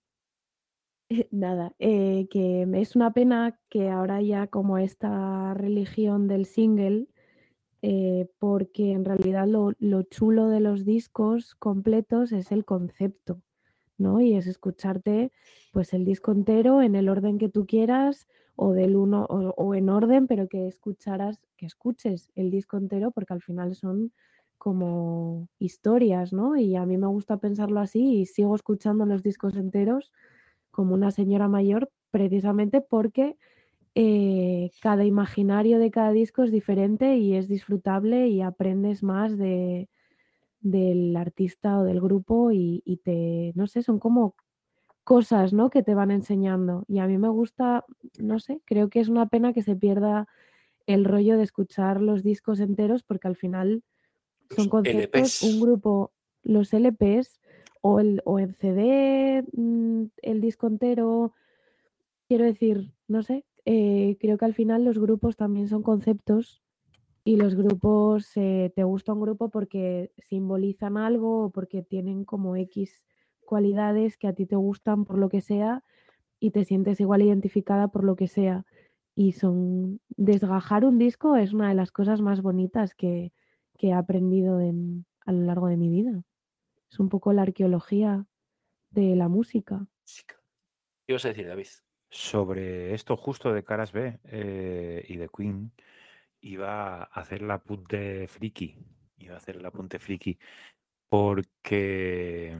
Nada, eh, que es una pena que ahora ya como esta religión del single, eh, porque en realidad lo, lo chulo de los discos completos es el concepto, ¿no? Y es escucharte pues el disco entero en el orden que tú quieras o del uno o, o en orden, pero que escucharas, que escuches el disco entero porque al final son como historias, ¿no? Y a mí me gusta pensarlo así y sigo escuchando los discos enteros como una señora mayor, precisamente porque eh, cada imaginario de cada disco es diferente y es disfrutable y aprendes más de, del artista o del grupo y, y te, no sé, son como cosas, ¿no?, que te van enseñando. Y a mí me gusta, no sé, creo que es una pena que se pierda el rollo de escuchar los discos enteros porque al final son Los conceptos, L Ps. un grupo, los L Ps o el, o el C D, el disco entero, quiero decir, no sé, eh, creo que al final los grupos también son conceptos y los grupos, eh, te gusta un grupo porque simbolizan algo o porque tienen como X cualidades que a ti te gustan por lo que sea y te sientes igual identificada por lo que sea. Y son, desgajar un disco es una de las cosas más bonitas que, que he aprendido en, a lo largo de mi vida. Es un poco la arqueología de la música. ¿Qué ibas a decir, David? Sobre esto justo de caras B eh, y de Queen, iba a hacer el apunte friki, iba a hacer el apunte friki, porque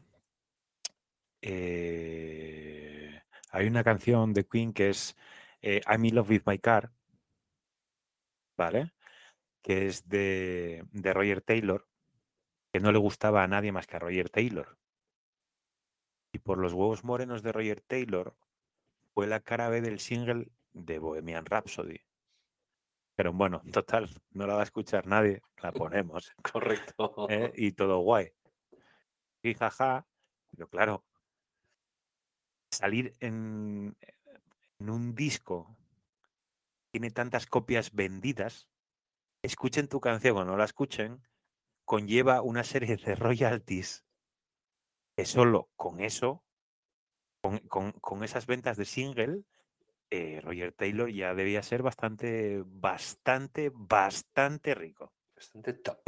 eh, hay una canción de Queen que es eh, I'm in love with my car, ¿vale? Que es de, de Roger Taylor, que no le gustaba a nadie más que a Roger Taylor. Y por los huevos morenos de Roger Taylor fue la cara B del single de Bohemian Rhapsody. Pero bueno, total, no la va a escuchar nadie, la ponemos. Correcto. ¿Eh? Y todo guay. Y jaja, pero claro, salir en, en un disco tiene tantas copias vendidas, escuchen tu canción o no la escuchen, conlleva una serie de royalties que solo con eso, con, con, con esas ventas de single, eh, Roger Taylor ya debía ser bastante, bastante, bastante rico. Bastante top.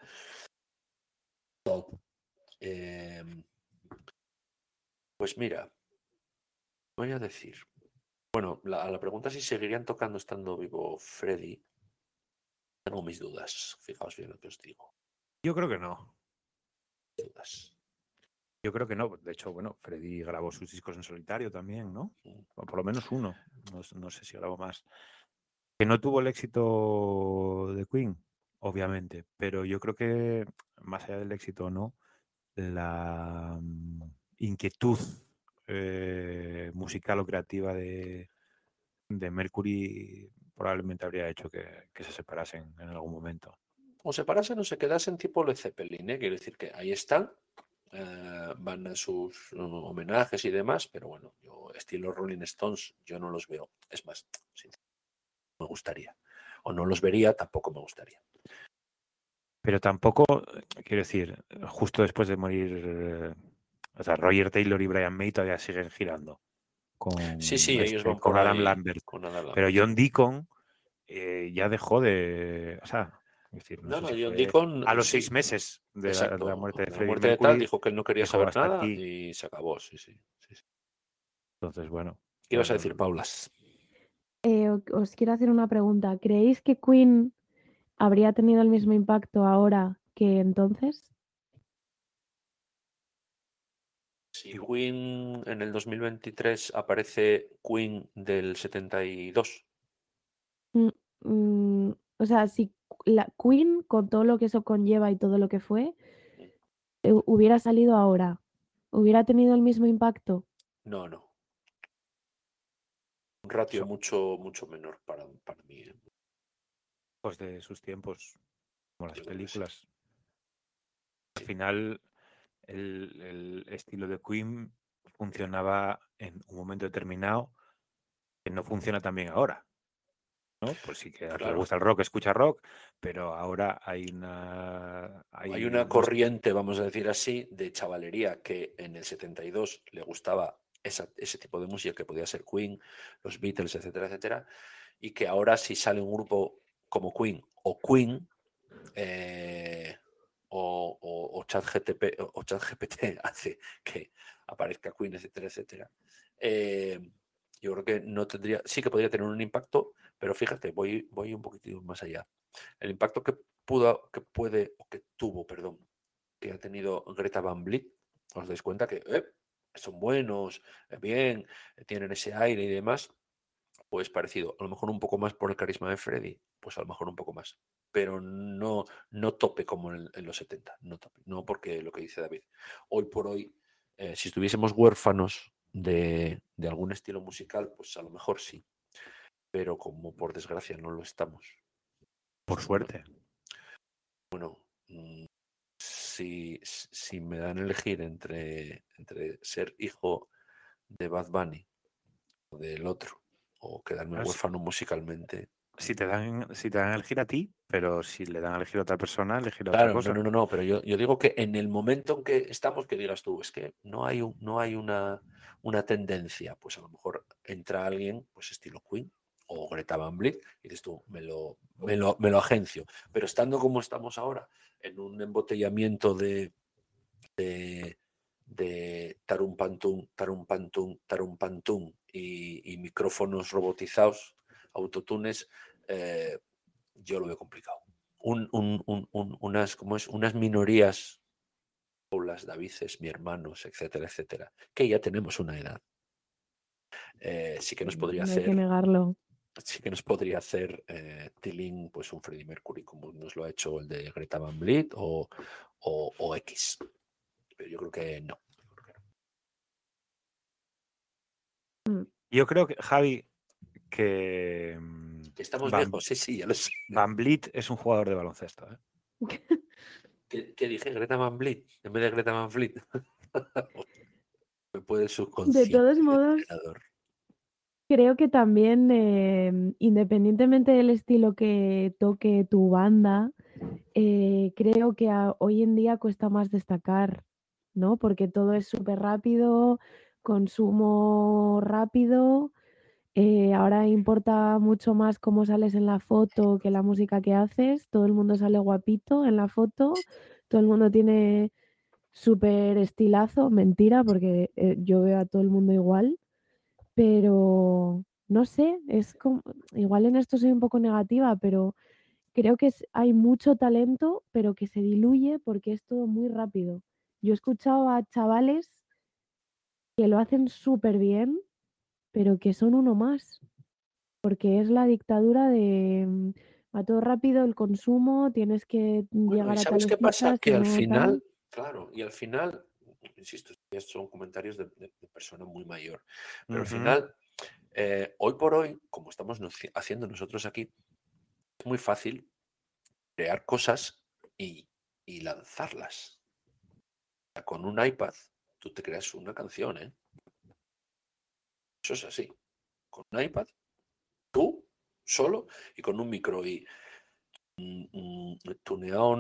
Top. Eh, pues mira, voy a decir. Bueno, la, a la pregunta si seguirían tocando estando vivo Freddy, tengo mis dudas. Fijaos bien lo que os digo. Yo creo que no. Dudas. Yo creo que no. De hecho, bueno, Freddy grabó sus discos en solitario también, ¿no? O por lo menos uno. No, no sé si grabó más. Que no tuvo el éxito de Queen, obviamente, pero yo creo que más allá del éxito o no, la um, inquietud eh, musical o creativa de, de Mercury probablemente habría hecho que, que se separasen en algún momento. O se parasen o se quedasen tipo Led Zeppelin, ¿eh? Quiero decir que ahí están, eh, van a sus uh, homenajes y demás, pero bueno, yo estilo Rolling Stones yo no los veo. Es más, sinceramente, me gustaría. O no los vería, tampoco me gustaría. pero tampoco, quiero decir, justo después de morir, eh, o sea, Roger Taylor y Brian May todavía siguen girando con, Sí, sí, ellos este, van con por Adam ahí Lambert. con Adam Pero Lambert. John Deacon eh, ya dejó de, o sea, es decir, no, No, sé no, si John fue Deacon, a los sí, seis meses de la, de la exacto. muerte de La Freddie muerte de tal Mercury, dijo que él no quería dijo saber hasta nada aquí. y se acabó, sí, sí. sí, sí. Entonces, bueno. ¿Qué ibas a decir, eh, Paulas? Eh, o- os quiero hacer una pregunta. ¿Creéis que Queen habría tenido el mismo impacto ahora que entonces? Si Queen en el dos mil veintitrés aparece Queen del setenta y dos. Mm, mm, o sea, si la Queen, con todo lo que eso conlleva y todo lo que fue, eh, hubiera salido ahora, ¿hubiera tenido el mismo impacto? No, no. Un ratio Son mucho, mucho menor para, para mí. ¿eh? pues de sus tiempos, como las Yo creo que sí. películas. Al final, el, el estilo de Queen funcionaba en un momento determinado que no funciona también ahora, ¿no? Pues sí que al que le Claro. gusta el rock escucha rock, pero ahora hay una Hay hay una unos corriente, vamos a decir así, de chavalería que en el setenta y dos le gustaba esa, ese tipo de música que podía ser Queen, los Beatles, etcétera, etcétera, y que ahora si sale un grupo como Queen o Queen eh, o, o, o ChatGPT o, o ChatGPT hace que aparezca Queen, etcétera, etcétera. Eh, yo creo que no tendría, sí que podría tener un impacto, pero fíjate, voy, voy un poquitito más allá. El impacto que pudo, que puede, o que tuvo, perdón, que ha tenido Greta Van Vliet, os dais cuenta que eh, son buenos, eh, bien, eh, tienen ese aire y demás, pues parecido, a lo mejor un poco más por el carisma de Freddy, pues a lo mejor un poco más, pero no, no tope como en, en los setenta, no tope, no porque lo que dice David. Hoy por hoy, eh, si estuviésemos huérfanos de, de algún estilo musical, pues a lo mejor sí, pero como por desgracia no lo estamos. por suerte. Bueno, mm, si, si me dan a elegir entre, entre ser hijo de Bad Bunny o del otro, o quedarme Claro, si, huérfano musicalmente. si te dan si te dan a elegir a ti, pero si le dan a elegir a otra persona, elegir a otra Claro, no, cosa. no, no, no, pero yo, yo digo que en el momento en que estamos, que digas tú, es que no hay, un, no hay una, una tendencia, pues a lo mejor entra alguien, pues estilo Queen o Greta Van Vliet, y dices tú, me lo, me lo, me lo agencio. Pero estando como estamos ahora, en un embotellamiento de, de, de tarum pantum, tarum pantum, tarum pantum y, y micrófonos robotizados, autotunes, eh, yo lo veo complicado. Un, un, un, un, unas, ¿cómo es? Unas minorías, Paulas, Davices, mi hermanos, etcétera, etcétera, que ya tenemos una edad. Eh, sí que nos podría No hay que hacer, negarlo. sí que nos podría hacer eh, Tilín, pues un Freddie Mercury, como nos lo ha hecho el de Greta Van Vliet o, o, o X. Pero yo creo que no. Mm. Yo creo que, Javi, que Que estamos Van, viejos, sí, sí, ya lo sé. Van Vliet es un jugador de baloncesto, ¿eh? ¿Qué, qué dije? Greta Van Vliet, en vez de Greta Van Vliet. Me puede el De todos subconsciente del modos, entrenador. creo que también, eh, independientemente del estilo que toque tu banda, eh, creo que a- hoy en día cuesta más destacar, ¿no? Porque todo es súper rápido, consumo rápido. eh, ahora importa mucho más cómo sales en la foto que la música que haces. Todo el mundo sale guapito en la foto, todo el mundo tiene súper estilazo. Mentira, porque eh, yo veo a todo el mundo igual, pero no sé, es como, igual en esto soy un poco negativa, pero creo que es- hay mucho talento, pero que se diluye porque es todo muy rápido. Yo he escuchado a chavales que lo hacen súper bien, pero que son uno más, porque es la dictadura de mm, va todo rápido, el consumo, tienes que Bueno, ¿y llegar a sabes tales qué pasa? cifras, Que si al no tal. final, claro, y al final, insisto, estos son comentarios de, de- de persona muy mayor, pero al Ujú. final, eh, hoy por hoy, como estamos noci- haciendo nosotros aquí, es muy fácil crear cosas y, y lanzarlas. O sea, con un iPad, tú te creas una canción, ¿eh? Eso es así. Con un iPad, tú, solo, y con un micro y mm, mm, tuneado o no,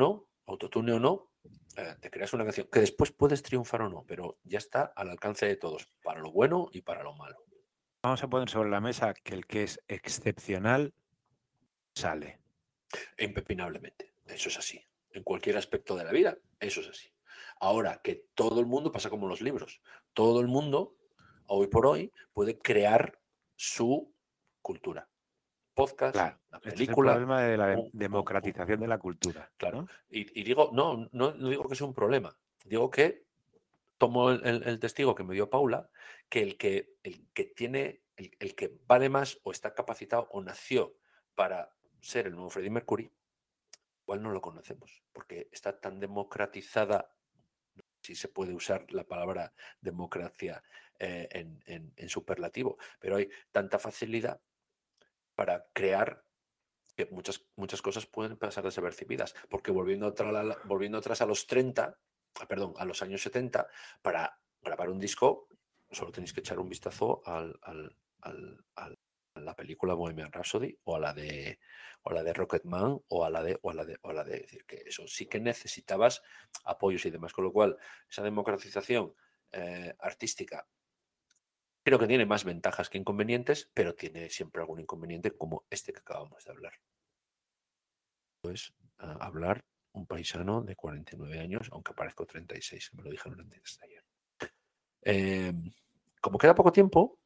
autotune o no, eh, te creas una canción que después puedes triunfar o no, pero ya está al alcance de todos, para lo bueno y para lo malo. Vamos a poner sobre la mesa que el que es excepcional sale. Impepinablemente, eso es así. En cualquier aspecto de la vida, eso es así. Ahora que todo el mundo pasa como los libros, todo el mundo, hoy por hoy, puede crear su cultura. Podcast, Claro, la este es el película. problema de la pum, pum, democratización pum. de la cultura. Claro. ¿no? Y, y digo, no, no, no digo que sea un problema. Digo que tomo el, el- el testigo que me dio Paula, que el que, el que tiene, el, el que vale más o está capacitado o nació para ser el nuevo Freddie Mercury, igual no lo conocemos, porque está tan democratizada, si se puede usar la palabra democracia eh, en, en- en superlativo, pero hay tanta facilidad para crear que muchas, muchas cosas pueden pasar desapercibidas, porque volviendo, atrás a la- volviendo atrás a los treinta, ah, perdón, a los años setenta, para grabar un disco solo tenéis que echar un vistazo al, al- al- al- a la película Bohemian Rhapsody o a la de o a la de Rocketman o a la de o a la de o a la de decir que eso sí que necesitabas apoyos y demás, con lo cual esa democratización eh, artística creo que tiene más ventajas que inconvenientes, pero tiene siempre algún inconveniente como este que acabamos de hablar. Pues uh, hablar un paisano de cuarenta y nueve años, aunque parezco treinta y seis, me lo dijeron antes de ayer. Eh, como queda poco tiempo,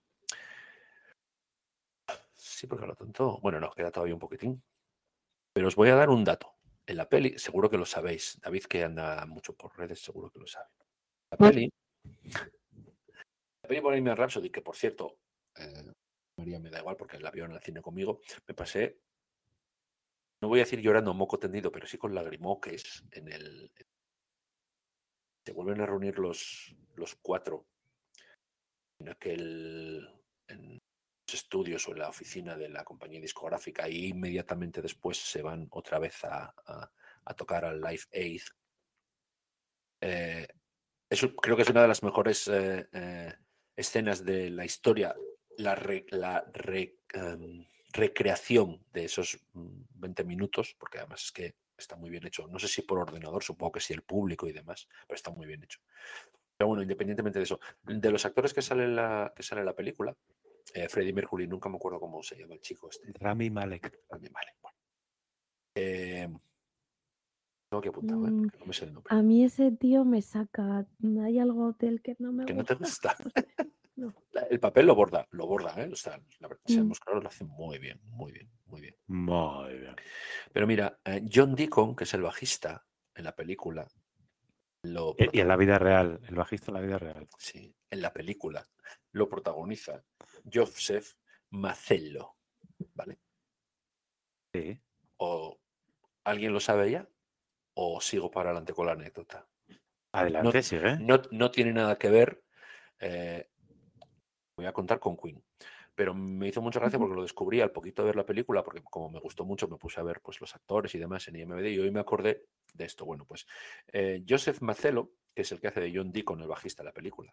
sí, porque lo tonto, bueno, no, queda todavía un poquitín, pero os voy a dar un dato. En la peli, seguro que lo sabéis, David que anda mucho por redes, seguro que lo sabe. La peli, la peli Bohemian Rhapsody, que por cierto, eh, María me da igual porque la vio en el cine conmigo, me pasé, no voy a decir llorando moco tendido, pero sí con lagrimoques en el... Se vuelven a reunir los, los cuatro en aquel en los estudios o en la oficina de la compañía discográfica y inmediatamente después se van otra vez a, a, a tocar al Live Aid. Eh, eso creo que es una de las mejores eh, eh, escenas de la historia, la, re, la re, um, recreación de esos veinte minutos, porque además es que está muy bien hecho. No sé si por ordenador, supongo que sí, el público y demás, pero está muy bien hecho. Pero bueno, independientemente de eso, de los actores que salen en la, que sale en la película, eh, Freddie Mercury, nunca me acuerdo cómo se llama el chico este. Rami Malek. Rami Malek. Bueno. Eh, tengo que apuntar, ¿eh? Mm, Porque no me sé el nombre. a mí ese tío me saca. Hay algo del que no me Que no gusta. te gusta. No sé, no. El papel lo borda, lo borda, ¿eh? O sea, la verdad, Mm. seamos claros, lo hace muy bien, muy bien, muy bien. Muy bien. Pero mira, eh, John Deacon, que es el bajista en la película, lo Y y en la vida real, el bajista en la vida real. sí, en la película lo protagoniza Joseph Mazzello, ¿vale? Sí. O ¿alguien lo sabe ya? ¿O sigo para adelante con la anécdota? Adelante, No, sigue. no, no tiene nada que ver, eh, voy a contar con Queen, pero me hizo mucha gracia porque lo descubrí al poquito de ver la película, porque como me gustó mucho me puse a ver pues, los actores y demás en I M D B y hoy me acordé de esto. Bueno, pues eh, Joseph Mazzello, que es el que hace de John Deacon, el bajista de la película,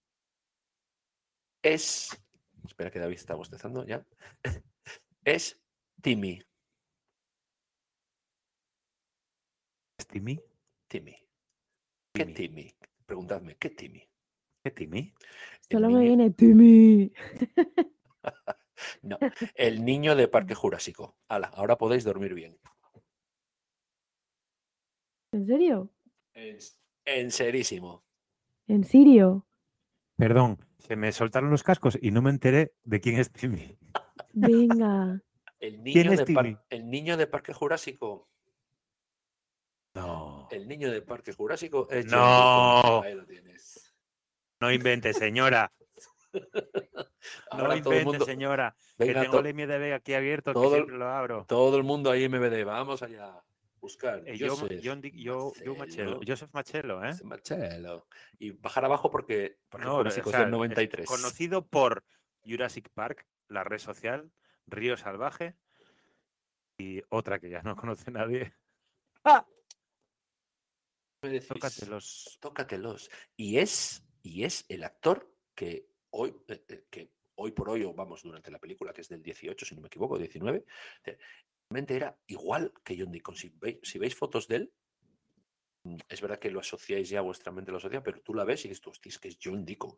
es... Espera que David está bostezando ya. Es Timmy. ¿Es Timmy? Timmy. ¿Qué Timmy. Timmy? Preguntadme, ¿qué Timmy? ¿Qué Timmy? El Solo me niño... viene Timmy. No, el niño de Parque Jurásico. Ala, ahora podéis dormir bien. ¿En serio? En, en serísimo. ¿En serio? Perdón, se me soltaron los cascos y no me enteré de quién es Timmy. Venga. El ¿Quién niño, es de Timmy? par... el niño de Parque Jurásico. No. El niño de Parque Jurásico es John No. Deacon. Ahí lo tienes. No invente, señora. No Ahora todo el invente, mundo. señora. Venga, que tengo to... el I M D B aquí abierto, todo que el- siempre lo abro. Todo el mundo ahí M V D. Vamos allá. Buscar. Eh, yo, Joseph John Di- yo, yo Machelo. Mazzello. Joseph Machelo, ¿eh? Joseph Mazzello. Y bajar abajo porque Parque No, o Jurásico es del sea, noventa y es tres. conocido por Jurassic Park, la red social, Río Salvaje y otra que ya no conoce nadie. ¡Ah! Me decís, Tócatelos. tócatelos. Y es, y es el actor que hoy, eh, eh, que hoy por hoy, o vamos, durante la película, que es del dieciocho, si no me equivoco, diecinueve, eh, realmente era igual que John Deacon. Si veis, si veis fotos de él, es verdad que lo asociáis ya, vuestra mente lo asocia, pero tú la ves y dices, hostia, es que es John Deacon.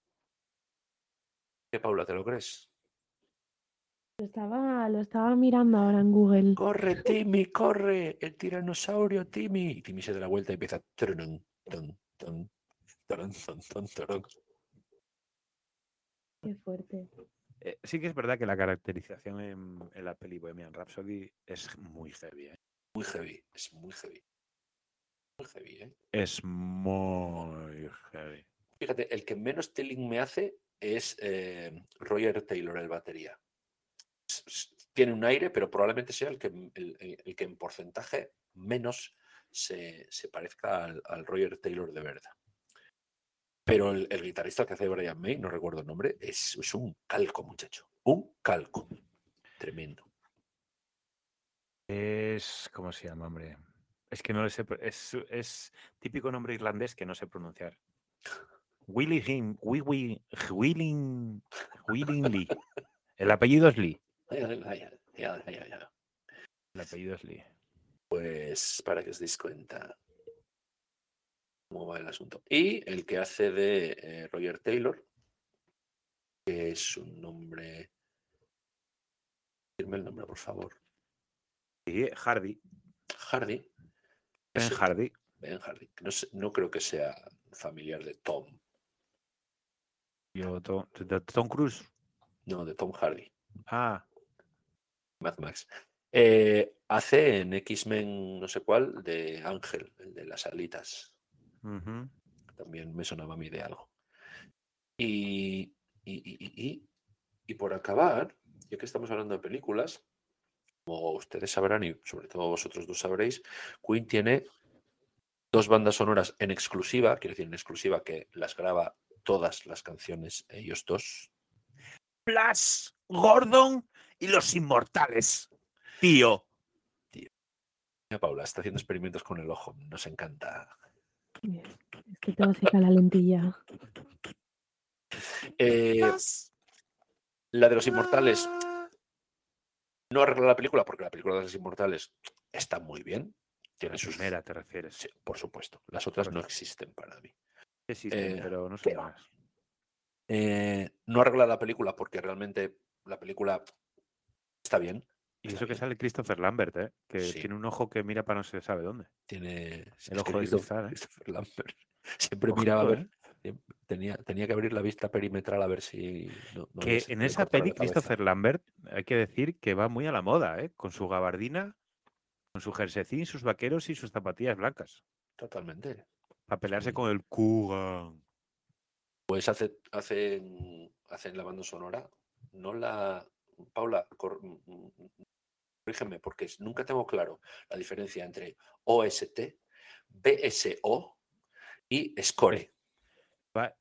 ¿Qué, Paula, te lo crees? Lo estaba, lo estaba mirando ahora en Google. ¡Corre, Timmy, corre! ¡El tiranosaurio, Timmy! Y Timmy se da la vuelta y empieza... Turun, tun, tun, turun, tun, tun, turun. Qué fuerte. Eh, sí que es verdad que la caracterización en, en la peli Bohemian Rhapsody es muy heavy, ¿eh? Muy heavy, es muy heavy. Muy heavy, ¿eh? Es muy heavy. Fíjate, el que menos telling me hace es eh, Roger Taylor, el batería. S- s- Tiene un aire, pero probablemente sea el que, el, el- el que en porcentaje menos se, se parezca al, al Roger Taylor de verdad. Pero el, el guitarrista que hace Brian May, no recuerdo el nombre, es, es un calco, muchacho. Un calco. Tremendo. Es... ¿Cómo se llama, hombre? Es que no le sé... pro- Es, es típico nombre irlandés que no sé pronunciar. Willie Him... Willie... Willing... Willing Lee. El apellido es Lee. Ay, ay, ay, ay, ay, ay, ay. El apellido es Lee. Pues para que os deis cuenta cómo va el asunto. Y el que hace de eh, Roger Taylor, que es un nombre... Dime el nombre, por favor. Sí, Hardy. Hardy. Ben Ese- Hardy. Ben Hardy. No, sé- no creo que sea familiar de Tom. Yo, Tom, de Tom Cruise. No, de Tom Hardy. Ah, Mad Max. Eh, hace en X-Men no sé cuál de Ángel, el de las alitas. ujú. También me sonaba a mí de algo. Y, y, y, y, y- y por acabar, ya que estamos hablando de películas, como ustedes sabrán y sobre todo vosotros dos sabréis, Queen tiene dos bandas sonoras en exclusiva, quiero decir en exclusiva que las graba todas las canciones ellos dos. Flash, Gordon y los Inmortales. Tío. Mira, Paula está haciendo experimentos con el ojo, nos encanta. Es que tengo seca la lentilla. Eh, la de los Inmortales no arregla la película porque la película de los Inmortales está muy bien. Tiene La sus... primera te refieres. Sí, por supuesto. Las otras Pues no no. existen para mí. Existen, Eh, pero no ¿qué son va? buenas. Eh, no arregla la película porque realmente la película está bien. Y Está eso que bien. sale Christopher Lambert, ¿eh? Que Sí. tiene un ojo que mira para no se sabe dónde. Tiene El es que ojo de Christopher, cristal, ¿eh? Christopher Lambert siempre Ojito, miraba a ver. ¿eh? siempre- Tenía, tenía que abrir la vista perimetral a ver si no, no Que le- en no le esa cortaba peli la cabeza. Christopher Lambert, hay que decir que va muy a la moda, ¿eh? Con su gabardina, con su jerseycín, sus vaqueros y sus zapatillas blancas. Totalmente. Para pelearse Sí. con el Kugan. Pues hace, hacen, hacen la banda sonora. No la. Paula, cor- mm, mm, corrígeme, porque es- nunca tengo claro la diferencia entre O S T, B S O y Score. Va-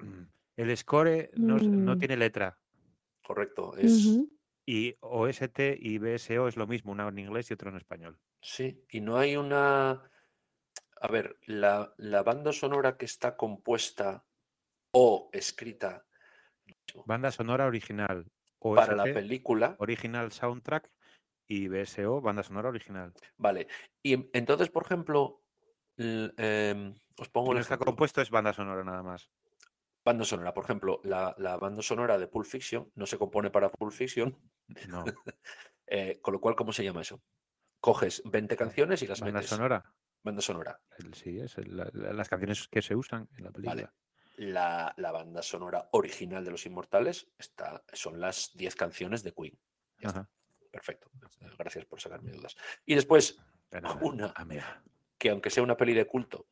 El score no, s- no Mm, tiene letra. Correcto. Es. ujú. Y O S T y B S O es lo mismo, una en inglés y otra en español. Sí. Y no hay una. A ver, la, la banda sonora que está compuesta o escrita Banda sonora original. para la O S T, película, original soundtrack. Y B S O, banda sonora original. vale. Y en- entonces, por ejemplo, l- em, os pongo Si el no está ejemplo. compuesto es banda sonora nada más. Banda sonora, por ejemplo, la, la banda sonora de Pulp Fiction no se compone para Pulp Fiction, No. eh, con lo cual, ¿cómo se llama eso? Coges veinte canciones y las Banda metes. sonora. Banda sonora. El- sí, es el- la- la- las canciones que se usan en la película. Vale. La, la banda sonora original de Los Inmortales está, son las diez canciones de Queen. Ya está. Ajá. Perfecto. Gracias por sacarme dudas. Y después, De nada, una amiga. que aunque sea una peli de culto,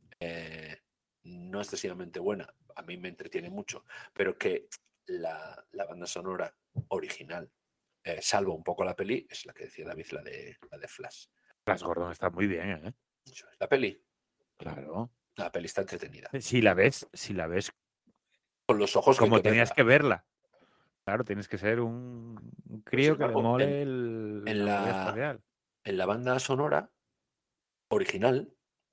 eh, no excesivamente buena, a mí me entretiene mucho, pero que la, la banda sonora original eh, salva un poco la peli, es la que decía David, la de, la de Flash. Flash Gordon está muy bien, ¿eh? Eso es. La peli, Claro. la peli está entretenida. Si la ves, si la ves Con los ojos que hay como que tenías verla. que verla. Claro, tienes que ser un un crío que le embargo, mole en- el, en la movida la- espacial. En la banda sonora original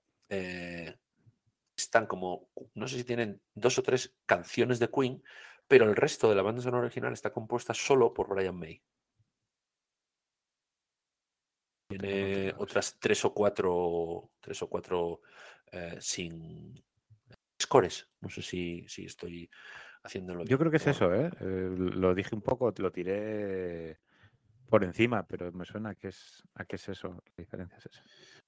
eh, están como, no sé si tienen dos o tres canciones de Queen, pero el resto de la banda sonora original está compuesta solo por Brian May. Tiene otras tres o cuatro, tres o cuatro eh, sin scores. No sé si, si estoy haciéndolo bien. Yo creo que es Bueno, eso, ¿eh? Eh, Lo dije un poco, lo tiré por encima, pero me suena que es, a qué es eso. La diferencia es esa.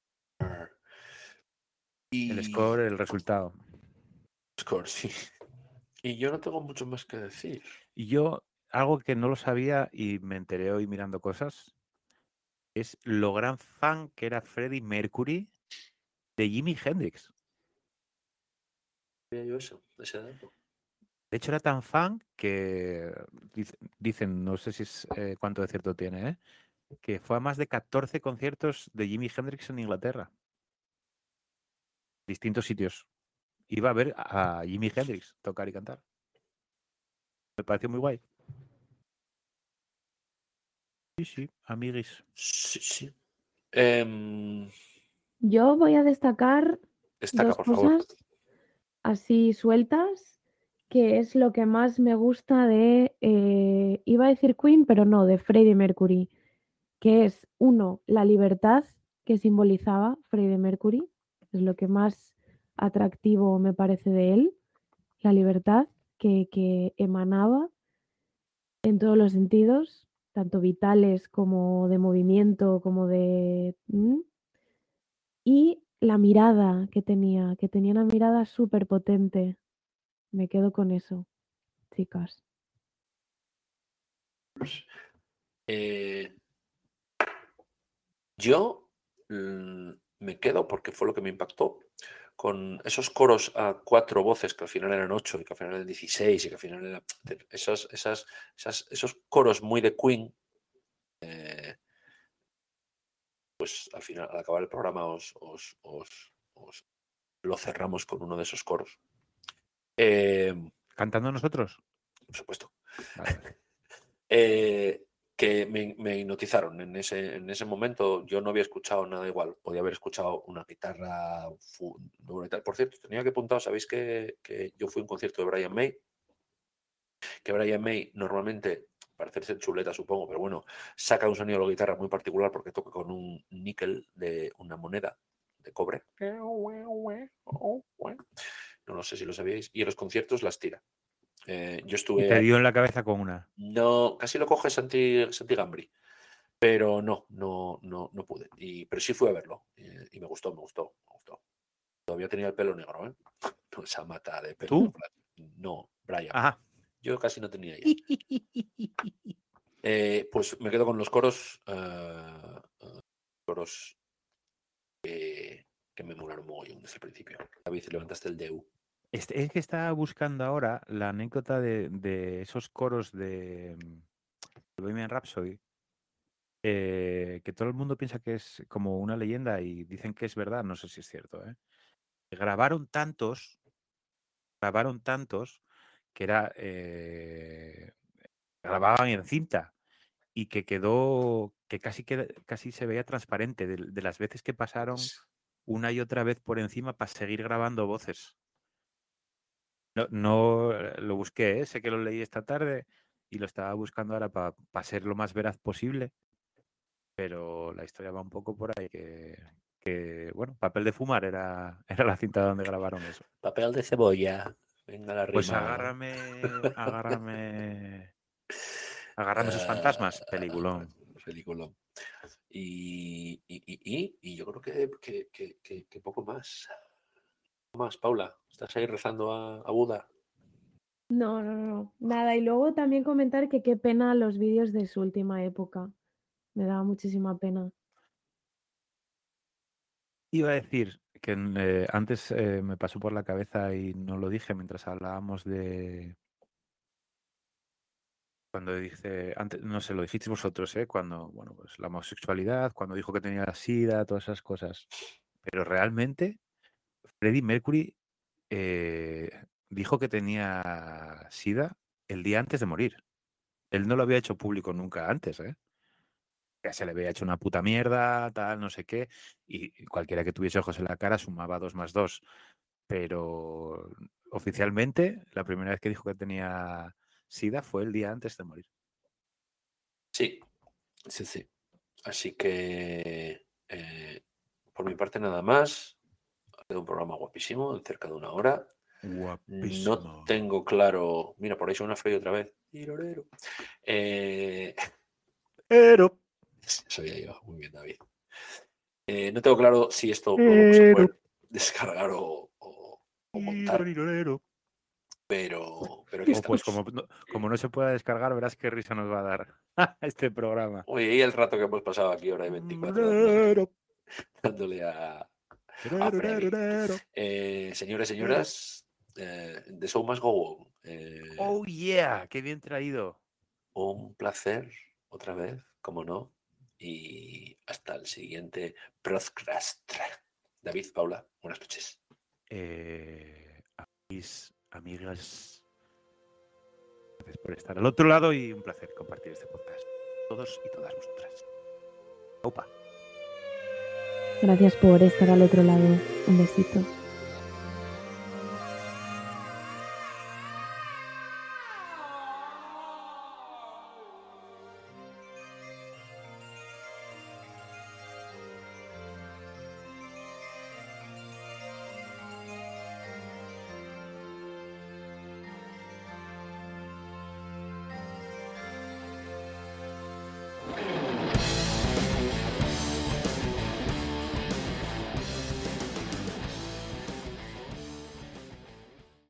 El y score, el resultado. score, sí. Y yo no tengo mucho más que decir. Y yo, algo que no lo sabía y me enteré hoy mirando cosas, es lo gran fan que era Freddie Mercury de Jimi Hendrix. ¿Sabía yo eso? Ese dato. De hecho, era tan fan que dic- dicen, no sé si es eh, cuánto de cierto tiene, ¿eh? Que fue a más de catorce conciertos de Jimi Hendrix en Inglaterra, distintos sitios. Iba a ver a Jimi Hendrix tocar y cantar. Me pareció muy guay. Sí, sí, amiguis. Sí, sí. Em, Yo voy a destacar destaca, dos por favor. cosas así sueltas, que es lo que más me gusta de, eh, iba a decir Queen, pero no, de Freddie Mercury, que es, uno, la libertad que simbolizaba Freddie Mercury, es lo que más atractivo me parece de él, la libertad que, que emanaba en todos los sentidos, tanto vitales como de movimiento, como de... ¿Mm? Y la mirada que tenía, que tenía una mirada súper potente. Me quedo con eso, chicas. Eh, yo mm, me quedo, porque fue lo que me impactó, con esos coros a cuatro voces que al final eran ocho y que al final eran dieciséis y que al final eran esas, esas, esas, esos coros muy de Queen. Eh, pues al final, al acabar el programa, os, os, os, os lo cerramos con uno de esos coros. Eh, ¿Cantando nosotros? por supuesto. Vale, vale. Eh, que me, me hipnotizaron en ese, en ese momento. Yo no había escuchado nada igual. Podía haber escuchado una guitarra fu- y tal. Por cierto, tenía que apuntar, sabéis que, que yo fui a un concierto de Brian May, que Brian May normalmente, para hacerse chuleta supongo, pero bueno, saca un sonido de la guitarra muy particular porque toca con un níquel de una moneda de cobre. No lo sé si lo sabíais. Y en los conciertos las tira. Eh, yo Y estuve... te dio en la cabeza con una. No, casi lo coge Santi, Santi Gambri, pero no, no, no, no pude. Y, pero sí fui a verlo eh, y me gustó, me gustó, me gustó. Todavía tenía el pelo negro, ¿eh? No, esa mata de pelo. ¿Tú? No, Brian. Ajá. Yo casi no tenía ya. Eh, pues me quedo con los coros, uh, uh, coros que, que me molaron mogollón desde el principio. David, levantaste el D U. Este, es que estaba buscando ahora la anécdota de, de esos coros de mm, Bohemian Rhapsody, eh, que todo el mundo piensa que es como una leyenda y dicen que es verdad, no sé si es cierto, ¿eh? Grabaron tantos, grabaron tantos que era eh, grababan en cinta y que quedó, que casi queda- casi se veía transparente de, de las veces que pasaron una y otra vez por encima para seguir grabando voces. No, no eh, lo busqué, ¿eh? Sé que lo leí esta tarde y lo estaba buscando ahora para ser lo más veraz posible, pero la historia va un poco por ahí que, que, bueno, Papel de Fumar era, era la cinta donde grabaron eso. Papel de cebolla. Venga la Pues rima. agárrame, agárrame, agárrame esos fantasmas, peliculón. Uh, peliculón. Y, y, y, y, yo creo que, que, que, que, que poco más. Poco más, Paula. ¿Estás ahí rezando a, a Buda? No, no, no, nada. Y luego también comentar que qué pena los vídeos de su última época. Me daba muchísima pena. Iba a decir que eh, antes eh, me pasó por la cabeza y no lo dije mientras hablábamos de... Cuando dice, antes, no sé, lo dijisteis vosotros, ¿eh? Cuando, bueno, pues la homosexualidad, cuando dijo que tenía SIDA, todas esas cosas. Pero realmente, Freddie Mercury eh, dijo que tenía SIDA el día antes de morir. Él no lo había hecho público nunca antes, ¿eh? Que se le había hecho una puta mierda, tal, no sé qué, y cualquiera que tuviese ojos en la cara sumaba dos más dos. Pero oficialmente, la primera vez que dijo que tenía SIDA fue el día antes de morir. Sí, sí, sí. Así que, eh, por mi parte, nada más. Ha sido un programa guapísimo, de cerca de una hora. Guapísimo. No tengo claro. Mira, por ahí suena Freddy otra vez. Tirorero. Eh, Pero, Soy yo. Muy bien, David. Eh, no tengo claro si esto lo vamos a poder descargar o, o- o montar, tirorero. pero, pero aquí Oh, pues estamos. como no, como no se pueda descargar, verás qué risa nos va a dar este programa. Oye, y el rato que hemos pasado aquí, hora y veinticuatro, dándole, dándole a, a Freddy. Eh, señores, señoras, eh, The Show Must Go On. Eh, Oh yeah, qué bien traído. un placer, otra vez, como no. Y hasta el siguiente podcast. David, Paula, buenas noches. Eh, mis amigas, gracias por estar al otro lado y un placer compartir este podcast. Todos y todas vosotras. Opa. Gracias por estar al otro lado. Un besito.